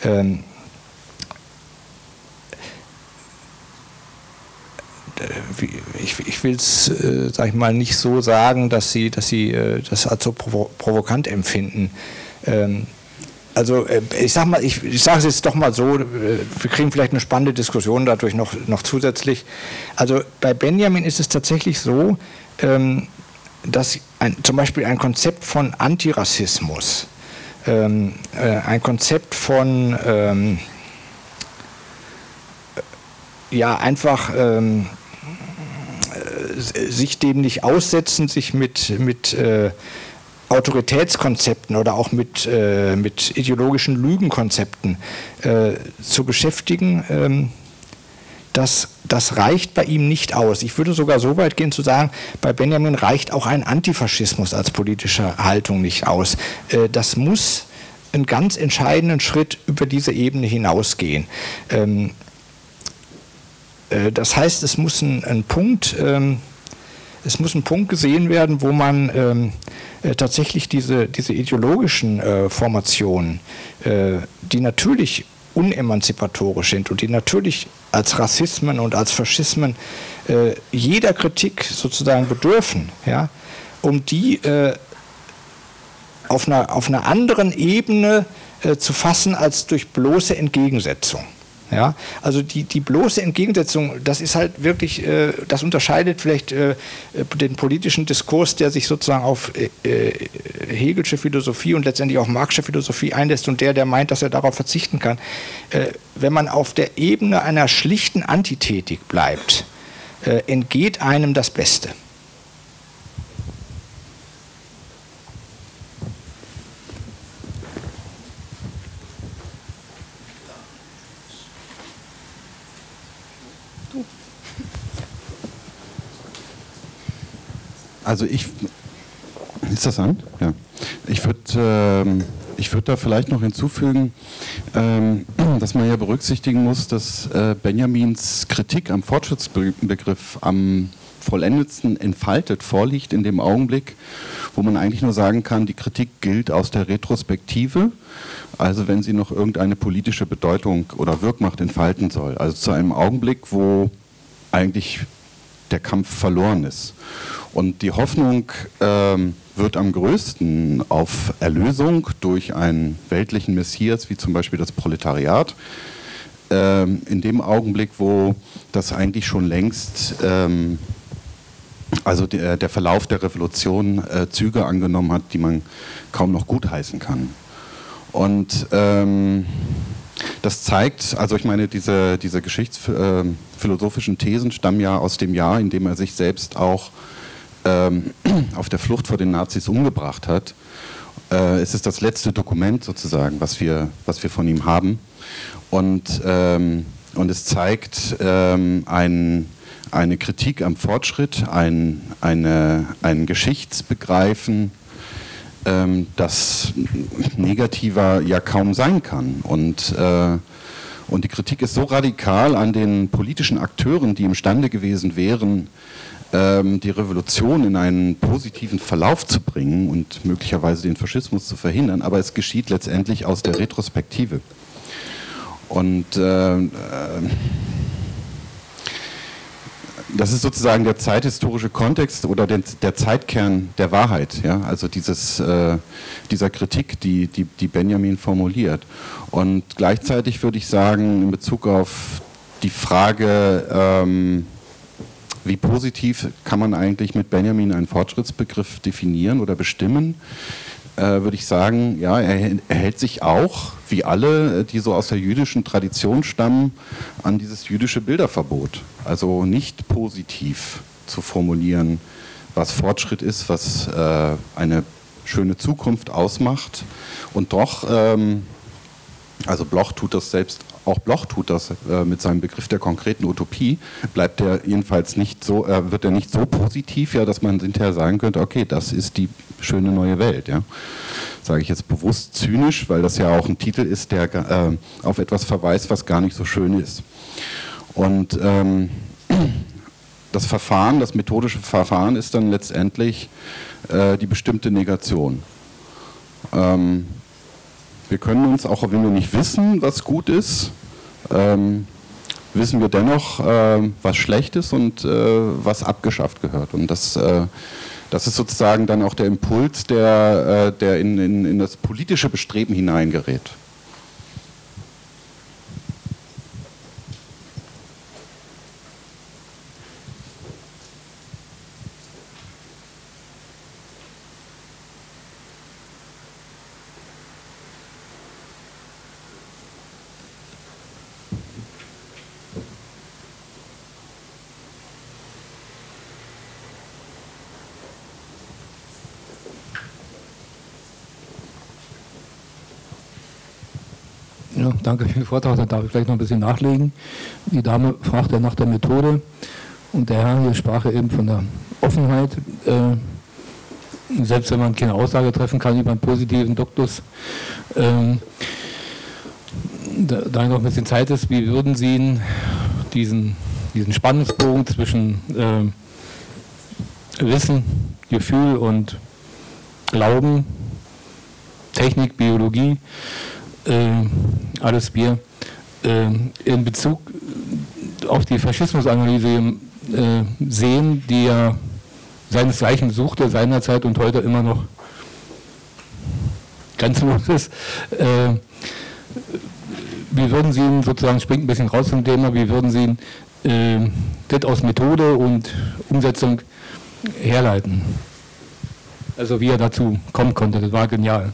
ich will es, sag ich mal, nicht so sagen, dass sie das als so provokant empfinden. Also ich sage es jetzt doch mal so, wir kriegen vielleicht eine spannende Diskussion dadurch noch zusätzlich. Also bei Benjamin ist es tatsächlich so, dass zum Beispiel ein Konzept von Antirassismus, ein Konzept von einfach sich dem nicht aussetzen, sich mit Autoritätskonzepten oder auch mit ideologischen Lügenkonzepten zu beschäftigen, das reicht bei ihm nicht aus. Ich würde sogar so weit gehen zu sagen, bei Benjamin reicht auch ein Antifaschismus als politische Haltung nicht aus. Das muss einen ganz entscheidenden Schritt über diese Ebene hinausgehen. Das heißt, es muss ein Punkt gesehen werden, wo man tatsächlich diese ideologischen Formationen, die natürlich unemanzipatorisch sind und die natürlich als Rassismen und als Faschismen jeder Kritik sozusagen bedürfen, ja, um die auf einer anderen Ebene zu fassen als durch bloße Entgegensetzung. Ja, also die bloße Entgegensetzung, das ist halt wirklich, das unterscheidet vielleicht den politischen Diskurs, der sich sozusagen auf Hegelsche Philosophie und letztendlich auch Marxische Philosophie einlässt und der meint, dass er darauf verzichten kann. Wenn man auf der Ebene einer schlichten Antithetik bleibt, entgeht einem das Beste. Also ist das an? Ja. Ich würde da vielleicht noch hinzufügen, dass man ja berücksichtigen muss, dass Benjamins Kritik am Fortschrittsbegriff am vollendetsten entfaltet vorliegt in dem Augenblick, wo man eigentlich nur sagen kann, die Kritik gilt aus der Retrospektive, also wenn sie noch irgendeine politische Bedeutung oder Wirkmacht entfalten soll. Also zu einem Augenblick, wo eigentlich der Kampf verloren ist. Und die Hoffnung wird am größten auf Erlösung durch einen weltlichen Messias, wie zum Beispiel das Proletariat, in dem Augenblick, wo das eigentlich schon längst, also der Verlauf der Revolution Züge angenommen hat, die man kaum noch gutheißen kann. Und das zeigt, also ich meine, diese geschichtsphilosophischen Thesen stammen ja aus dem Jahr, in dem er sich selbst auch auf der Flucht vor den Nazis umgebracht hat. Es ist das letzte Dokument sozusagen, was wir von ihm haben. Und es zeigt eine Kritik am Fortschritt, ein Geschichtsbegreifen, das negativer ja kaum sein kann. Und die Kritik ist so radikal an den politischen Akteuren, die imstande gewesen wären, die Revolution in einen positiven Verlauf zu bringen und möglicherweise den Faschismus zu verhindern, aber es geschieht letztendlich aus der Retrospektive. Und das ist sozusagen der zeithistorische Kontext oder der Zeitkern der Wahrheit, ja? Also dieser Kritik, die Benjamin formuliert. Und gleichzeitig würde ich sagen, in Bezug auf die Frage, wie positiv kann man eigentlich mit Benjamin einen Fortschrittsbegriff definieren oder bestimmen, würde ich sagen, ja, er hält sich auch, wie alle, die so aus der jüdischen Tradition stammen, an dieses jüdische Bilderverbot. Also nicht positiv zu formulieren, was Fortschritt ist, was eine schöne Zukunft ausmacht. Und doch, also Bloch tut das selbst, auch Bloch tut das mit seinem Begriff der konkreten Utopie, bleibt er jedenfalls nicht so, wird er nicht so positiv, ja, dass man hinterher sagen könnte, okay, das ist die schöne neue Welt, ja. sage ich jetzt bewusst zynisch, weil das ja auch ein Titel ist, der auf etwas verweist, was gar nicht so schön ist. Und das Verfahren, das methodische Verfahren ist dann letztendlich die bestimmte Negation. Wir können uns, auch wenn wir nicht wissen, was gut ist, wissen wir dennoch, was schlecht ist und was abgeschafft gehört. Und das ist sozusagen dann auch der Impuls, der in das politische Bestreben hineingerät. Ja, danke für den Vortrag, da darf ich vielleicht noch ein bisschen nachlegen. Die Dame fragte nach der Methode und der Herr hier sprach eben von der Offenheit. Selbst wenn man keine Aussage treffen kann über einen positiven Duktus, da noch ein bisschen Zeit ist, wie würden Sie diesen Spannungsbogen zwischen Wissen, Gefühl und Glauben, Technik, Biologie, alles Bier, in Bezug auf die Faschismusanalyse sehen, die ja seinesgleichen suchte, seinerzeit und heute immer noch grenzenlos ist. Wie würden Sie ihn sozusagen, springt ein bisschen raus vom Thema, wie würden Sie ihn das aus Methode und Umsetzung herleiten? Also wie er dazu kommen konnte, das war genial.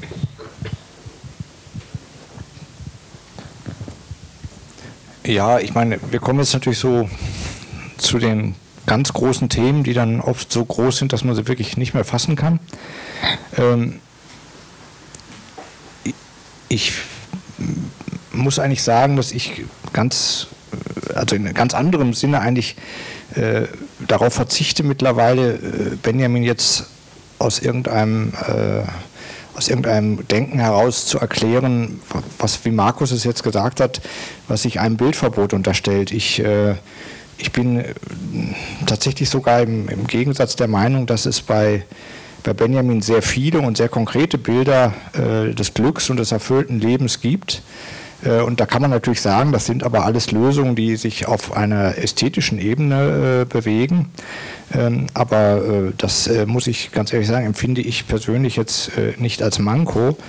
Ja, ich meine, wir kommen jetzt natürlich so zu den ganz großen Themen, die dann oft so groß sind, dass man sie wirklich nicht mehr fassen kann. Ich muss eigentlich sagen, dass ich in ganz anderem Sinne eigentlich darauf verzichte mittlerweile, Benjamin jetzt aus irgendeinem Denken heraus zu erklären, wie Markus es jetzt gesagt hat, was sich einem Bildverbot unterstellt. Ich bin tatsächlich sogar im Gegensatz der Meinung, dass es bei Benjamin sehr viele und sehr konkrete Bilder des Glücks und des erfüllten Lebens gibt. Und da kann man natürlich sagen, das sind aber alles Lösungen, die sich auf einer ästhetischen Ebene bewegen. Aber das muss ich ganz ehrlich sagen, empfinde ich persönlich jetzt nicht als Manko,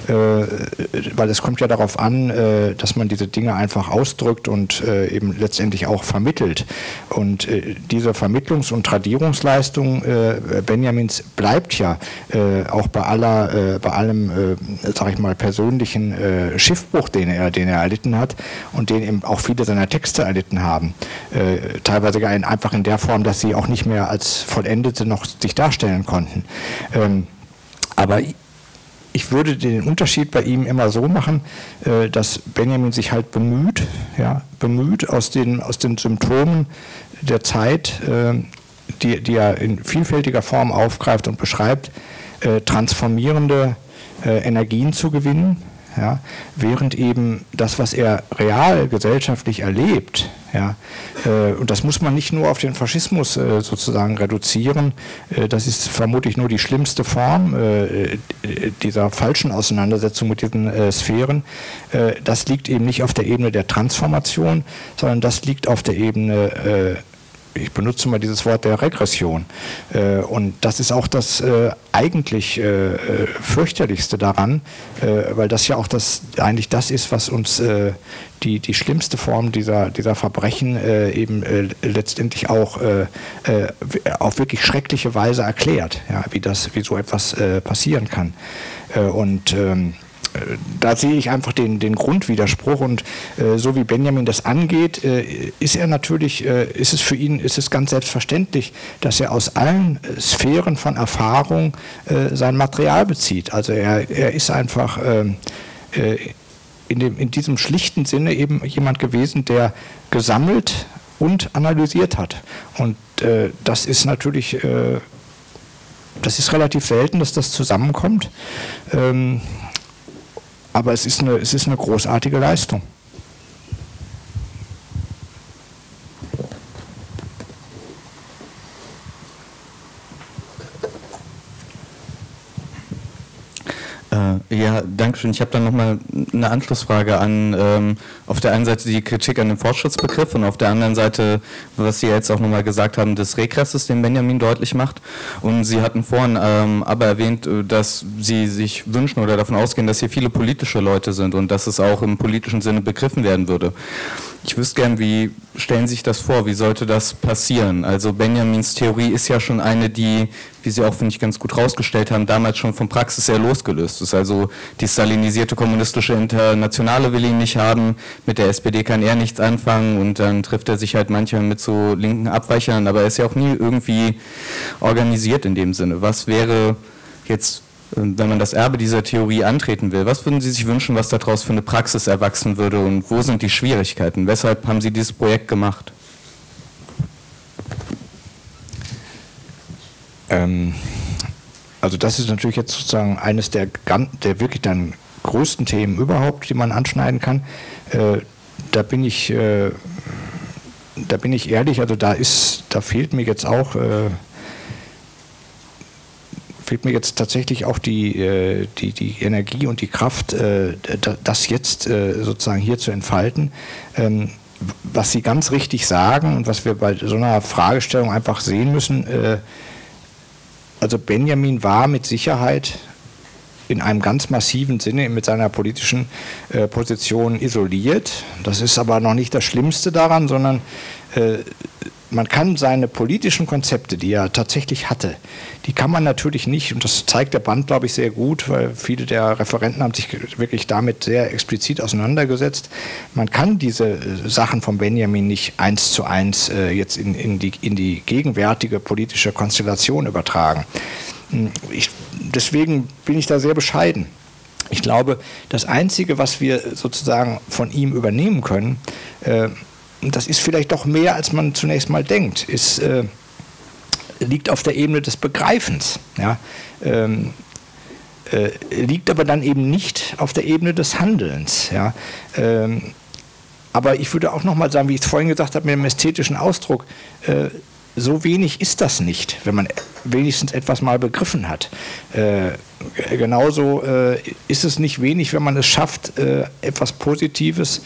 weil es kommt ja darauf an, dass man diese Dinge einfach ausdrückt und eben letztendlich auch vermittelt. Und diese Vermittlungs- und Tradierungsleistung Benjamins bleibt ja auch bei allem, sag ich mal, persönlichen Schiffbruch, den er erlitten hat und den eben auch viele seiner Texte erlitten haben. Teilweise einfach in der Form, dass sie auch nicht mehr als Vollendete noch sich darstellen konnten. Aber ich würde den Unterschied bei ihm immer so machen, dass Benjamin sich halt bemüht aus den Symptomen der Zeit, die er in vielfältiger Form aufgreift und beschreibt, transformierende Energien zu gewinnen. Ja, während eben das, was er real gesellschaftlich erlebt, und das muss man nicht nur auf den Faschismus sozusagen reduzieren, das ist vermutlich nur die schlimmste Form dieser falschen Auseinandersetzung mit diesen Sphären. Das liegt eben nicht auf der Ebene der Transformation, sondern das liegt auf der Ebene, ich benutze mal dieses Wort der Regression. Und das ist auch das eigentlich fürchterlichste daran, weil das ja auch eigentlich das ist, was uns die schlimmste Form dieser Verbrechen eben letztendlich auch auf wirklich schreckliche Weise erklärt, wie so etwas passieren kann. Und da sehe ich einfach den Grundwiderspruch und so wie Benjamin das angeht, ist es für ihn ganz selbstverständlich, dass er aus allen Sphären von Erfahrung sein Material bezieht. Also er ist einfach in diesem schlichten Sinne eben jemand gewesen, der gesammelt und analysiert hat. Und das ist natürlich Das ist relativ selten, dass das zusammenkommt, aber es ist eine großartige Leistung. Ja, danke schön. Ich habe dann nochmal eine Anschlussfrage an auf der einen Seite die Kritik an dem Fortschrittsbegriff und auf der anderen Seite, was Sie jetzt auch nochmal gesagt haben, des Regresses, den Benjamin deutlich macht. Und Sie hatten vorhin aber erwähnt, dass Sie sich wünschen oder davon ausgehen, dass hier viele politische Leute sind und dass es auch im politischen Sinne begriffen werden würde. Ich wüsste gern, wie stellen Sie sich das vor? Wie sollte das passieren? Also Benjamins Theorie ist ja schon eine, die, wie Sie auch, finde ich, ganz gut rausgestellt haben, damals schon von Praxis sehr losgelöst ist. Also die stalinisierte kommunistische Internationale will ihn nicht haben, mit der SPD kann er nichts anfangen und dann trifft er sich halt manchmal mit so linken Abweichern, aber er ist ja auch nie irgendwie organisiert in dem Sinne. Was wäre jetzt, wenn man das Erbe dieser Theorie antreten will, was würden Sie sich wünschen, was daraus für eine Praxis erwachsen würde und wo sind die Schwierigkeiten? Weshalb haben Sie dieses Projekt gemacht? Also das ist natürlich jetzt sozusagen eines der wirklich dann größten Themen überhaupt, die man anschneiden kann. Da bin ich ehrlich, also da fehlt mir jetzt auch tatsächlich auch die Energie und die Kraft, das jetzt sozusagen hier zu entfalten. Was Sie ganz richtig sagen und was wir bei so einer Fragestellung einfach sehen müssen, also Benjamin war mit Sicherheit in einem ganz massiven Sinne mit seiner politischen Position isoliert. Das ist aber noch nicht das Schlimmste daran, sondern man kann seine politischen Konzepte, die er tatsächlich hatte, die kann man natürlich nicht, und das zeigt der Band, glaube ich, sehr gut, weil viele der Referenten haben sich wirklich damit sehr explizit auseinandergesetzt. Man kann diese Sachen von Benjamin nicht 1:1 jetzt in die gegenwärtige politische Konstellation übertragen. Deswegen bin ich da sehr bescheiden. Ich glaube, das Einzige, was wir sozusagen von ihm übernehmen können, das ist vielleicht doch mehr, als man zunächst mal denkt, liegt auf der Ebene des Begreifens. Ja? Liegt aber dann eben nicht auf der Ebene des Handelns. Ja? Aber ich würde auch nochmal sagen, wie ich es vorhin gesagt habe, mit dem ästhetischen Ausdruck, so wenig ist das nicht, wenn man wenigstens etwas mal begriffen hat. Genauso ist es nicht wenig, wenn man es schafft, etwas Positives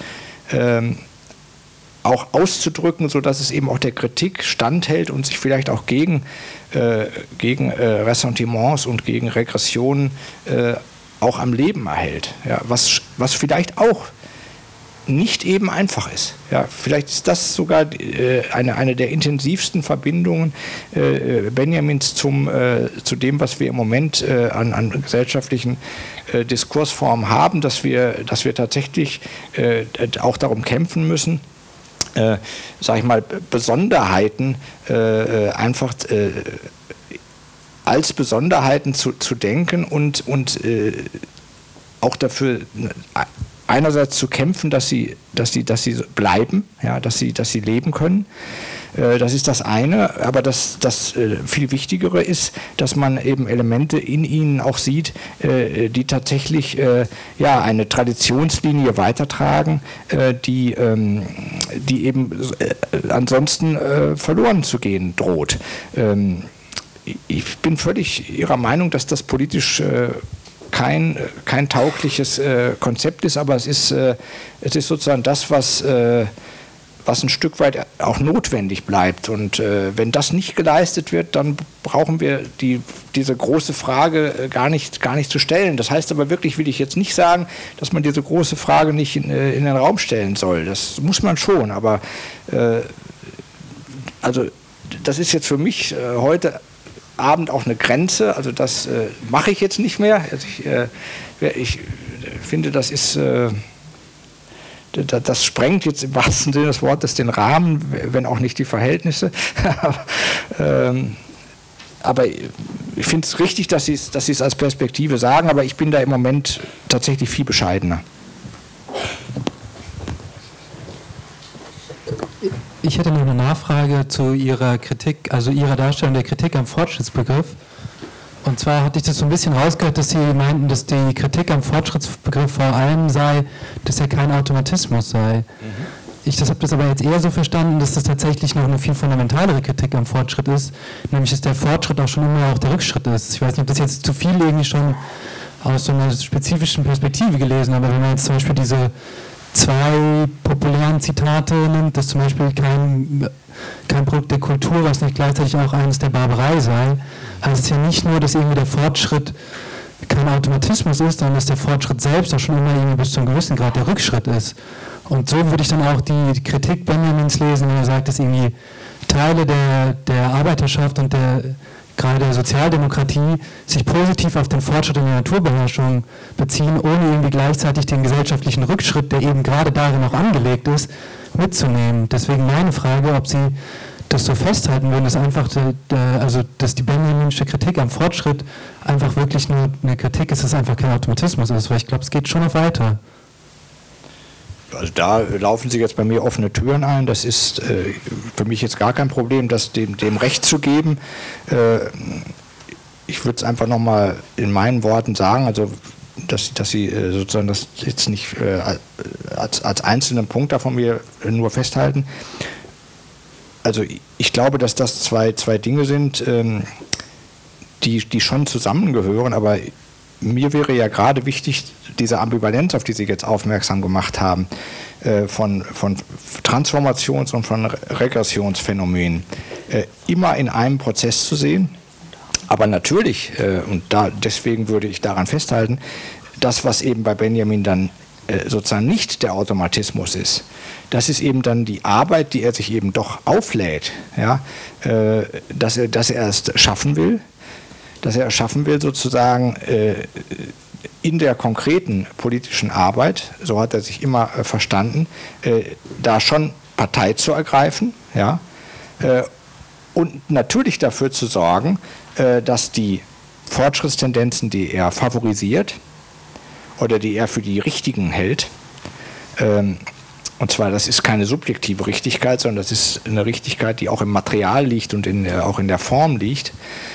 auch auszudrücken, sodass es eben auch der Kritik standhält und sich vielleicht auch gegen Ressentiments und gegen Regressionen auch am Leben erhält. Ja, was vielleicht auch nicht eben einfach ist. Ja, vielleicht ist das sogar eine der intensivsten Verbindungen Benjamins zu dem, was wir im Moment an gesellschaftlichen Diskursformen haben, dass wir tatsächlich auch darum kämpfen müssen, sage ich mal, Besonderheiten einfach als Besonderheiten zu denken und auch dafür einerseits zu kämpfen, dass sie bleiben, ja, dass sie leben können. Das ist das eine, aber das viel Wichtigere ist, dass man eben Elemente in ihnen auch sieht, die tatsächlich eine Traditionslinie weitertragen, die eben ansonsten verloren zu gehen droht. Ich bin völlig Ihrer Meinung, dass das politisch kein taugliches Konzept ist, aber es ist sozusagen das, was ein Stück weit auch notwendig bleibt. Und wenn das nicht geleistet wird, dann brauchen wir diese große Frage gar nicht zu stellen. Das heißt aber wirklich, will ich jetzt nicht sagen, dass man diese große Frage nicht in den Raum stellen soll. Das muss man schon, aber also das ist jetzt für mich heute Abend auch eine Grenze, also das mache ich jetzt nicht mehr. Also ich finde, das ist das sprengt jetzt im wahrsten Sinne des Wortes den Rahmen, wenn auch nicht die Verhältnisse. Aber ich finde es richtig, dass Sie es als Perspektive sagen, aber ich bin da im Moment tatsächlich viel bescheidener. Ich hätte noch eine Nachfrage zu Ihrer Kritik, also Ihrer Darstellung der Kritik am Fortschrittsbegriff. Und zwar hatte ich das so ein bisschen rausgehört, dass Sie meinten, dass die Kritik am Fortschrittsbegriff vor allem sei, dass er kein Automatismus sei. Ich habe das aber jetzt eher so verstanden, dass das tatsächlich noch eine viel fundamentalere Kritik am Fortschritt ist, nämlich dass der Fortschritt auch schon immer auch der Rückschritt ist. Ich weiß nicht, ob das jetzt zu viel irgendwie schon aus so einer spezifischen Perspektive gelesen, aber wenn man jetzt zum Beispiel diese 2 populären Zitate nimmt, dass zum Beispiel kein Produkt der Kultur, was nicht gleichzeitig auch eines der Barbarei sei, heißt es ja nicht nur, dass irgendwie der Fortschritt kein Automatismus ist, sondern dass der Fortschritt selbst auch schon immer irgendwie bis zu einem gewissen Grad der Rückschritt ist. Und so würde ich dann auch die Kritik Benjamins lesen, wenn er sagt, dass irgendwie Teile der Arbeiterschaft und gerade der Sozialdemokratie sich positiv auf den Fortschritt in der Naturbeherrschung beziehen, ohne irgendwie gleichzeitig den gesellschaftlichen Rückschritt, der eben gerade darin auch angelegt ist, mitzunehmen. Deswegen meine Frage, ob Sie das so festhalten würden, dass einfach dass die Benjaminsche Kritik am Fortschritt einfach wirklich nur eine Kritik ist, dass es einfach kein Automatismus ist, weil ich glaube, es geht schon noch weiter. Also da laufen Sie jetzt bei mir offene Türen ein. Das ist für mich jetzt gar kein Problem, das dem Recht zu geben. Ich würde es einfach nochmal in meinen Worten sagen, also dass Sie sozusagen das jetzt nicht als einzelnen Punkt da von mir nur festhalten. Also ich glaube, dass das zwei Dinge sind, die schon zusammengehören, aber mir wäre ja gerade wichtig, diese Ambivalenz, auf die Sie jetzt aufmerksam gemacht haben, von Transformations- und von Regressionsphänomenen, immer in einem Prozess zu sehen. Aber natürlich, und deswegen würde ich daran festhalten, das, was eben bei Benjamin dann sozusagen nicht der Automatismus ist, das ist eben dann die Arbeit, die er sich eben doch auflädt, ja, dass er es schaffen will, sozusagen in der konkreten politischen Arbeit, so hat er sich immer verstanden, da schon Partei zu ergreifen, ja, und natürlich dafür zu sorgen, dass die Fortschrittstendenzen, die er favorisiert oder die er für die richtigen hält, und zwar, das ist keine subjektive Richtigkeit, sondern das ist eine Richtigkeit, die auch im Material liegt und auch in der Form liegt,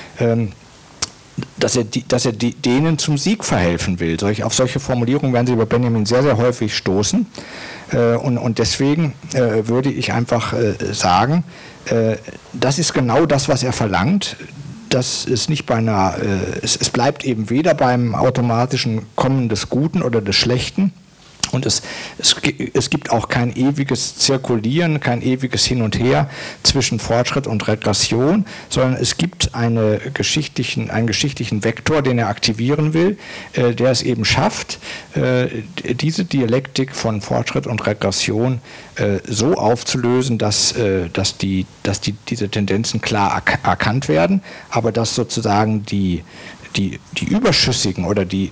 dass er denen zum Sieg verhelfen will. Auf solche Formulierungen werden Sie bei Benjamin sehr, sehr häufig stoßen. Und deswegen würde ich einfach sagen, das ist genau das, was er verlangt. Das ist nicht es bleibt eben weder beim automatischen Kommen des Guten oder des Schlechten. Und es gibt auch kein ewiges Zirkulieren, kein ewiges Hin und Her zwischen Fortschritt und Regression, sondern es gibt einen geschichtlichen Vektor, den er aktivieren will, der es eben schafft, diese Dialektik von Fortschritt und Regression so aufzulösen, dass diese Tendenzen klar erkannt werden, aber dass sozusagen die überschüssigen oder die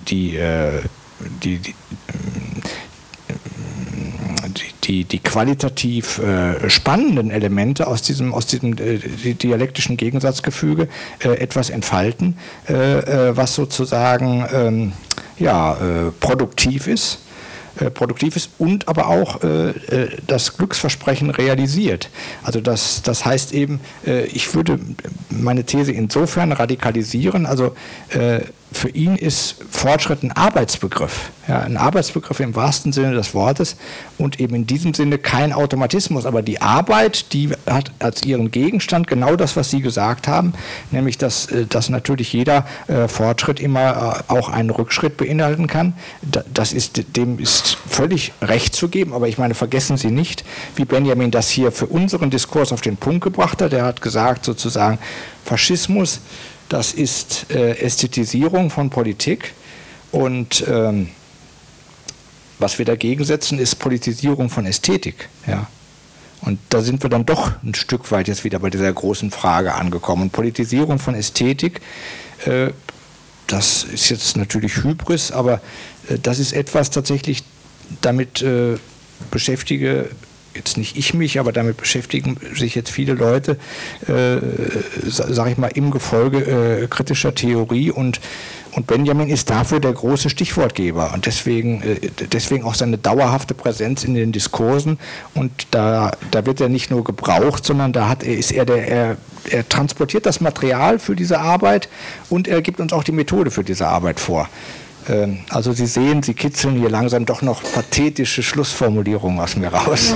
qualitativ spannenden Elemente aus diesem dialektischen Gegensatzgefüge etwas entfalten, was sozusagen produktiv ist und aber auch das Glücksversprechen realisiert. Also das heißt eben, ich würde meine These insofern radikalisieren, also für ihn ist Fortschritt ein Arbeitsbegriff, ja, ein Arbeitsbegriff im wahrsten Sinne des Wortes und eben in diesem Sinne kein Automatismus, aber die Arbeit, die hat als ihren Gegenstand genau das, was Sie gesagt haben, nämlich dass natürlich jeder Fortschritt immer auch einen Rückschritt beinhalten kann. Dem ist völlig recht zu geben, aber ich meine, vergessen Sie nicht, wie Benjamin das hier für unseren Diskurs auf den Punkt gebracht hat. Er hat gesagt sozusagen, Faschismus, das ist Ästhetisierung von Politik und was wir dagegen setzen, ist Politisierung von Ästhetik. Ja. Und da sind wir dann doch ein Stück weit jetzt wieder bei dieser großen Frage angekommen. Und Politisierung von Ästhetik, das ist jetzt natürlich Hybris, aber das ist etwas tatsächlich, damit beschäftige jetzt nicht ich mich, aber damit beschäftigen sich jetzt viele Leute, sage ich mal, im Gefolge kritischer Theorie und Benjamin ist dafür der große Stichwortgeber und deswegen auch seine dauerhafte Präsenz in den Diskursen und da wird er nicht nur gebraucht, sondern ist er er transportiert das Material für diese Arbeit und er gibt uns auch die Methode für diese Arbeit vor. Also Sie sehen, Sie kitzeln hier langsam doch noch pathetische Schlussformulierungen aus mir raus.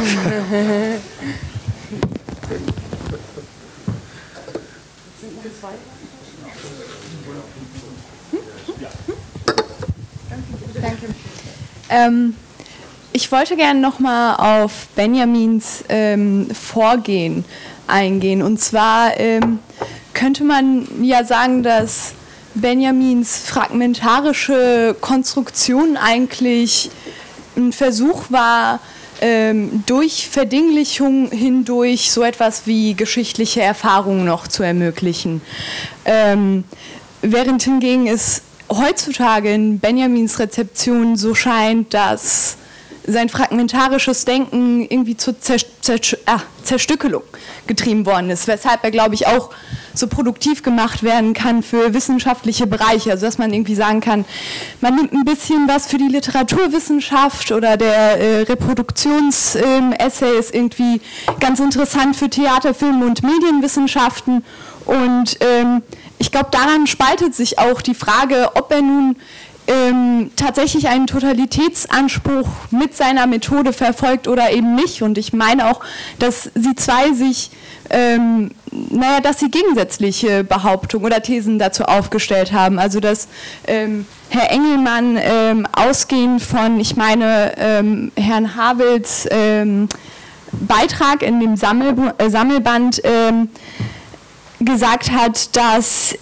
Danke. Ich wollte gerne nochmal auf Benjamins Vorgehen eingehen. Und zwar könnte man ja sagen, dass Benjamins fragmentarische Konstruktion eigentlich ein Versuch war, durch Verdinglichung hindurch so etwas wie geschichtliche Erfahrungen noch zu ermöglichen. Während hingegen es heutzutage in Benjamins Rezeption so scheint, dass sein fragmentarisches Denken irgendwie zur Zerstückelung getrieben worden ist, weshalb er, glaube ich, auch so produktiv gemacht werden kann für wissenschaftliche Bereiche, also dass man irgendwie sagen kann, man nimmt ein bisschen was für die Literaturwissenschaft oder der Reproduktionsessay ist irgendwie ganz interessant für Theater, Film und Medienwissenschaften und ich glaube, daran spaltet sich auch die Frage, ob er nun tatsächlich einen Totalitätsanspruch mit seiner Methode verfolgt oder eben nicht. Und ich meine auch, dass sie zwei sich, dass sie gegensätzliche Behauptungen oder Thesen dazu aufgestellt haben. Also dass Herr Engelmann ausgehend von, ich meine, Herrn Havels Beitrag in dem Sammelband gesagt hat, dass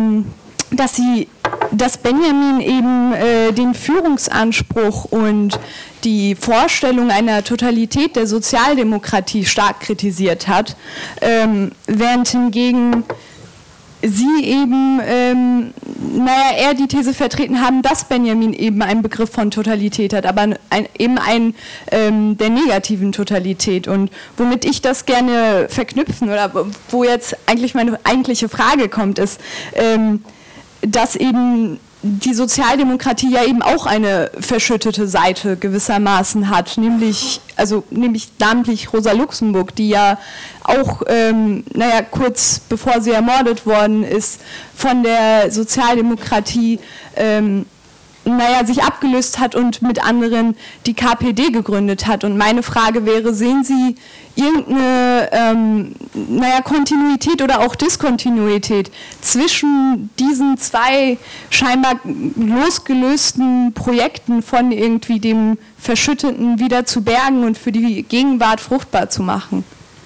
Benjamin eben den Führungsanspruch und die Vorstellung einer Totalität der Sozialdemokratie stark kritisiert hat, während hingegen sie eben eher die These vertreten haben, dass Benjamin eben einen Begriff von Totalität hat, aber eben einen der negativen Totalität. Und womit ich das gerne verknüpfen oder wo jetzt eigentlich meine eigentliche Frage kommt, ist, dass eben die Sozialdemokratie ja eben auch eine verschüttete Seite gewissermaßen hat, nämlich namentlich Rosa Luxemburg, die ja auch, kurz bevor sie ermordet worden ist, von der Sozialdemokratie sich abgelöst hat und mit anderen die KPD gegründet hat. Und meine Frage wäre, sehen Sie irgendeine Kontinuität oder auch Diskontinuität zwischen diesen zwei scheinbar losgelösten Projekten von irgendwie dem Verschütteten wieder zu bergen und für die Gegenwart fruchtbar zu machen?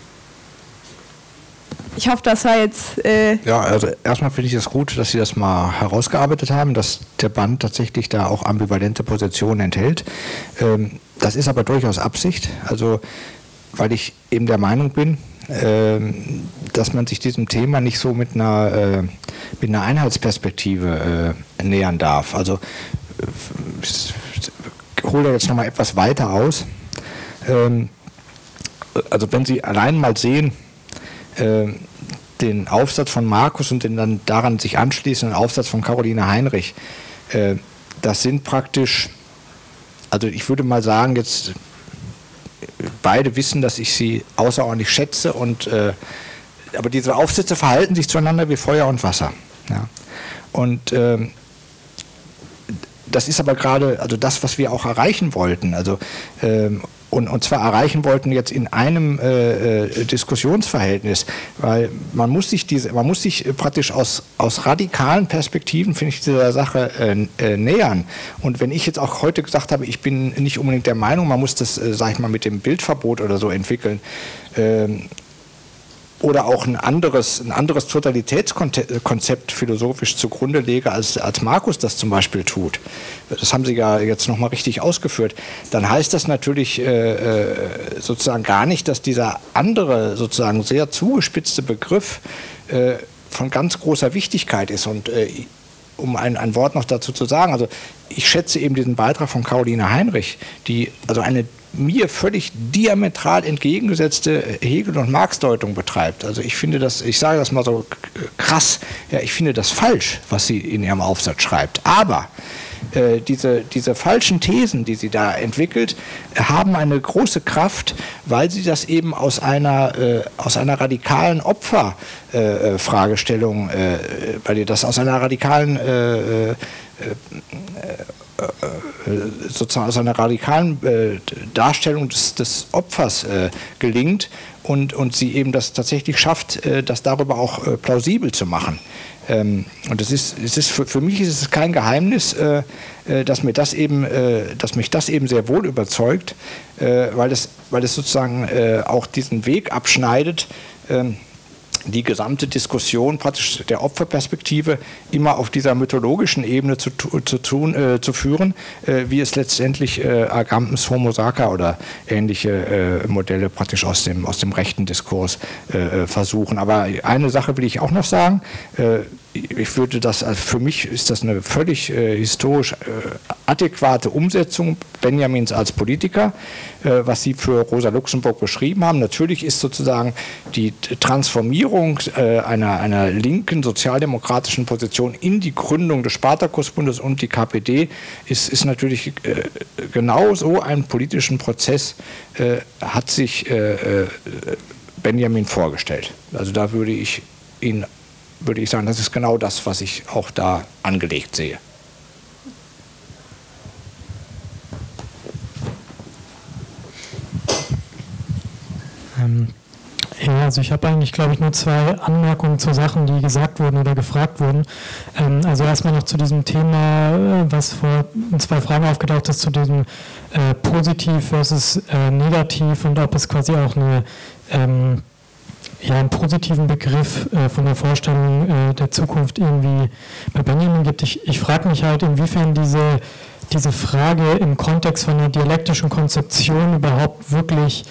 Ich hoffe, das war jetzt... Ja, also erstmal finde ich es gut, dass Sie das mal herausgearbeitet haben, dass der Band tatsächlich da auch ambivalente Positionen enthält. Das ist aber durchaus Absicht, also weil ich eben der Meinung bin, dass man sich diesem Thema nicht so mit einer Einheitsperspektive nähern darf. Also ich hole da jetzt nochmal etwas weiter aus. Also wenn Sie allein mal sehen, den Aufsatz von Markus und den dann daran sich anschließenden Aufsatz von Caroline Heinrich, das sind praktisch, also ich würde mal sagen, jetzt beide wissen, dass ich sie außerordentlich schätze, aber diese Aufsätze verhalten sich zueinander wie Feuer und Wasser. Ja. Und das ist aber gerade also das, was wir auch erreichen wollten. Also und zwar erreichen wollten jetzt in einem Diskussionsverhältnis, weil man muss sich praktisch aus radikalen Perspektiven, finde ich, dieser Sache nähern. Und wenn ich jetzt auch heute gesagt habe, ich bin nicht unbedingt der Meinung, man muss das, sag ich mal, mit dem Bildverbot oder so entwickeln, oder auch ein anderes Totalitätskonzept philosophisch zugrunde lege, als Markus das zum Beispiel tut. Das haben Sie ja jetzt nochmal richtig ausgeführt. Dann heißt das natürlich sozusagen gar nicht, dass dieser andere, sozusagen sehr zugespitzte Begriff von ganz großer Wichtigkeit ist. Und um ein Wort noch dazu zu sagen, also ich schätze eben diesen Beitrag von Caroline Heinrich, die also eine mir völlig diametral entgegengesetzte Hegel- und Marx-Deutung betreibt. Also ich finde das, ich sage das mal so krass, ja, ich finde das falsch, was sie in ihrem Aufsatz schreibt. Aber diese falschen Thesen, die sie da entwickelt, haben eine große Kraft, weil sie das eben aus einer radikalen Opferfragestellung, weil ihr das aus einer radikalen sozusagen aus einer radikalen Darstellung des Opfers gelingt und sie eben das tatsächlich schafft, das darüber auch plausibel zu machen. Und für mich ist es kein Geheimnis, dass mich das eben sehr wohl überzeugt, weil es sozusagen auch diesen Weg abschneidet, die gesamte Diskussion praktisch der Opferperspektive immer auf dieser mythologischen Ebene zu führen, wie es letztendlich Agampens Homo Sacer oder ähnliche Modelle praktisch aus dem rechten Diskurs versuchen. Aber eine Sache will ich auch noch sagen. Ich würde das, also für mich ist das eine völlig historisch adäquate Umsetzung Benjamins als Politiker, was Sie für Rosa Luxemburg beschrieben haben. Natürlich ist sozusagen die Transformierung einer linken sozialdemokratischen Position in die Gründung des Spartakusbundes und die KPD ist natürlich genau so einen politischen Prozess hat sich Benjamin vorgestellt. Also da würde ich sagen, das ist genau das, was ich auch da angelegt sehe. Ja, also ich habe eigentlich, glaube ich, nur 2 Anmerkungen zu Sachen, die gesagt wurden oder gefragt wurden. Also erstmal noch zu diesem Thema, was vor 2 Fragen aufgetaucht ist, zu diesem Positiv versus Negativ und ob es quasi auch einen positiven Begriff von der Vorstellung der Zukunft irgendwie bei Benjamin gibt. Ich frage mich halt, inwiefern diese Frage im Kontext von einer dialektischen Konzeption überhaupt wirklich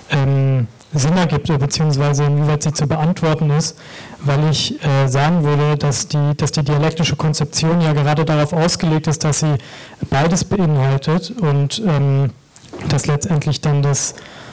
Sinn ergibt, beziehungsweise inwieweit sie zu beantworten ist, weil ich sagen würde, dass die dialektische Konzeption ja gerade darauf ausgelegt ist, dass sie beides beinhaltet und dass letztendlich dann das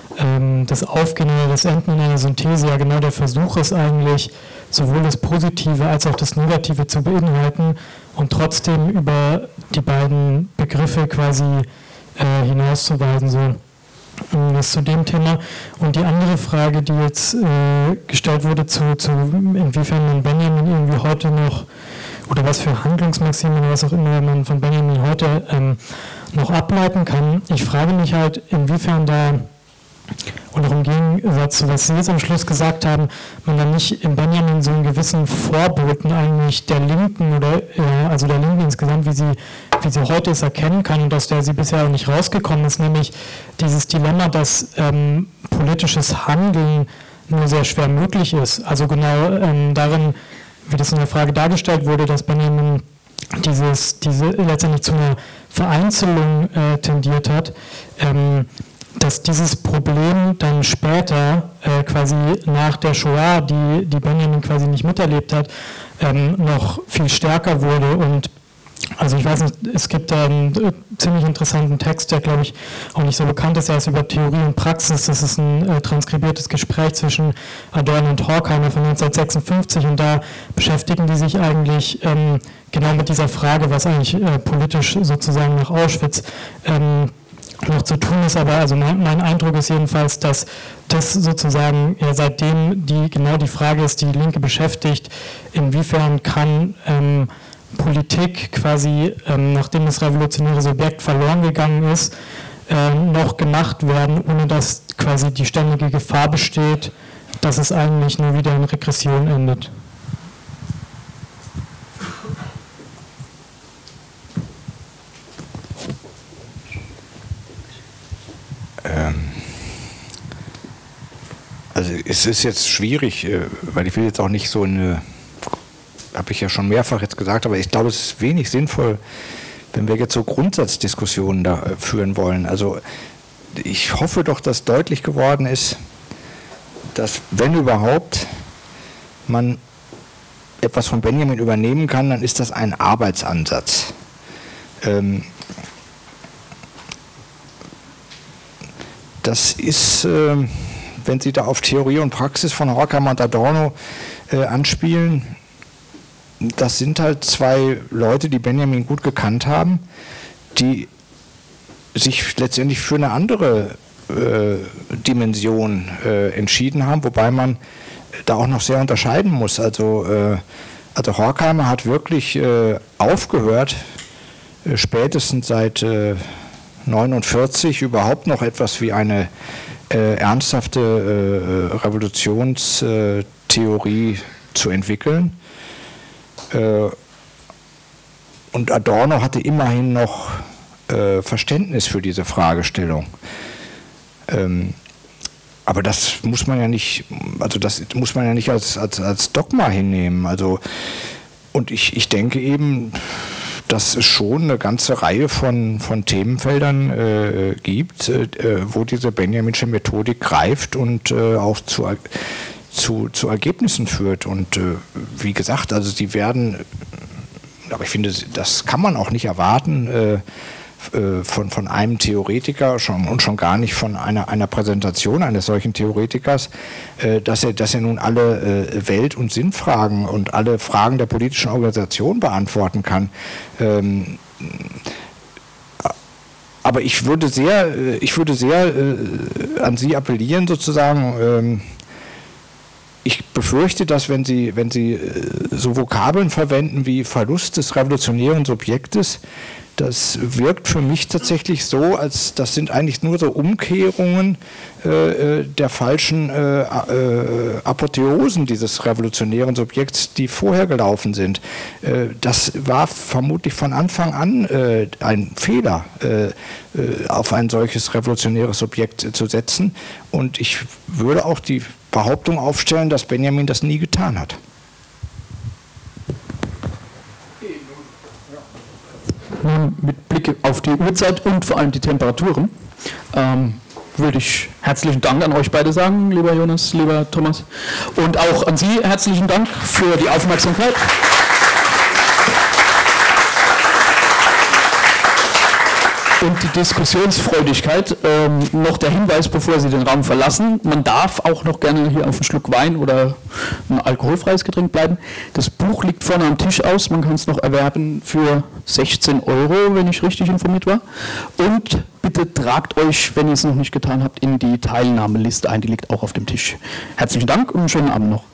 Aufgehen oder das Enden in einer Synthese ja genau der Versuch ist eigentlich, sowohl das Positive als auch das Negative zu beinhalten und trotzdem über die beiden Begriffe quasi hinauszuweisen. So. Das zu dem Thema. Und die andere Frage, die jetzt gestellt wurde, zu inwiefern man Benjamin irgendwie heute noch, oder was für Handlungsmaximen oder was auch immer man von Benjamin heute noch ableiten kann. Ich frage mich halt, inwiefern da, und auch im Gegensatz zu was Sie jetzt am Schluss gesagt haben, man dann nicht in Benjamin so einen gewissen Vorboten eigentlich der Linken oder also der Linken insgesamt, wie sie heute es erkennen kann und aus der sie bisher auch nicht rausgekommen ist, nämlich dieses Dilemma, dass politisches Handeln nur sehr schwer möglich ist. Also genau darin, wie das in der Frage dargestellt wurde, dass Benjamin diese letztendlich zu einer Vereinzelung tendiert hat, dass dieses Problem dann später quasi nach der Shoah, die Benjamin quasi nicht miterlebt hat, noch viel stärker wurde. Und also ich weiß nicht, es gibt da einen ziemlich interessanten Text, der glaube ich auch nicht so bekannt ist, er ist über Theorie und Praxis, das ist ein transkribiertes Gespräch zwischen Adorno und Horkheimer von 1956 und da beschäftigen die sich eigentlich genau mit dieser Frage, was eigentlich politisch sozusagen nach Auschwitz noch zu tun ist, aber also mein Eindruck ist jedenfalls, dass das sozusagen seitdem genau die Frage ist, die Linke beschäftigt, inwiefern kann Politik quasi, nachdem das revolutionäre Subjekt verloren gegangen ist, noch gemacht werden, ohne dass quasi die ständige Gefahr besteht, dass es eigentlich nur wieder in Regression endet. Also es ist jetzt schwierig, weil ich will jetzt auch nicht so eine, habe ich ja schon mehrfach jetzt gesagt, aber ich glaube, es ist wenig sinnvoll, wenn wir jetzt so Grundsatzdiskussionen da führen wollen. Also ich hoffe doch, dass deutlich geworden ist, dass wenn überhaupt man etwas von Benjamin übernehmen kann, dann ist das ein Arbeitsansatz. Das ist, wenn Sie da auf Theorie und Praxis von Horkheimer und Adorno anspielen, das sind halt zwei Leute, die Benjamin gut gekannt haben, die sich letztendlich für eine andere Dimension entschieden haben, wobei man da auch noch sehr unterscheiden muss. Also Horkheimer hat wirklich aufgehört, spätestens seit 1949 überhaupt noch etwas wie eine ernsthafte Revolutionstheorie zu entwickeln. Und Adorno hatte immerhin noch Verständnis für diese Fragestellung. Aber das muss man ja nicht, als Dogma hinnehmen. Also, und ich denke eben, dass es schon eine ganze Reihe von Themenfeldern gibt, wo diese Benjaminsche Methodik greift und auch zu Ergebnissen führt. Und wie gesagt, also sie werden, aber ich finde, das kann man auch nicht erwarten von einem Theoretiker und schon gar nicht von einer Präsentation eines solchen Theoretikers, dass er nun alle Welt- und Sinnfragen und alle Fragen der politischen Organisation beantworten kann. Aber ich würde sehr an Sie appellieren, sozusagen. Ich befürchte, dass wenn Sie so Vokabeln verwenden wie Verlust des revolutionären Subjektes, das wirkt für mich tatsächlich so, als das sind eigentlich nur so Umkehrungen der falschen Apotheosen dieses revolutionären Subjekts, die vorher gelaufen sind. Das war vermutlich von Anfang an ein Fehler, auf ein solches revolutionäres Subjekt zu setzen. Und ich würde auch die Behauptung aufstellen, dass Benjamin das nie getan hat. Mit Blick auf die Uhrzeit und vor allem die Temperaturen würde ich herzlichen Dank an euch beide sagen, lieber Jonas, lieber Thomas. Und auch an Sie herzlichen Dank für die Aufmerksamkeit. Und die Diskussionsfreudigkeit. Noch der Hinweis, bevor Sie den Raum verlassen, man darf auch noch gerne hier auf einen Schluck Wein oder ein alkoholfreies Getränk bleiben. Das Buch liegt vorne am Tisch aus, man kann es noch erwerben für 16 €, wenn ich richtig informiert war. Und bitte tragt euch, wenn ihr es noch nicht getan habt, in die Teilnahmeliste ein, die liegt auch auf dem Tisch. Herzlichen Dank und einen schönen Abend noch.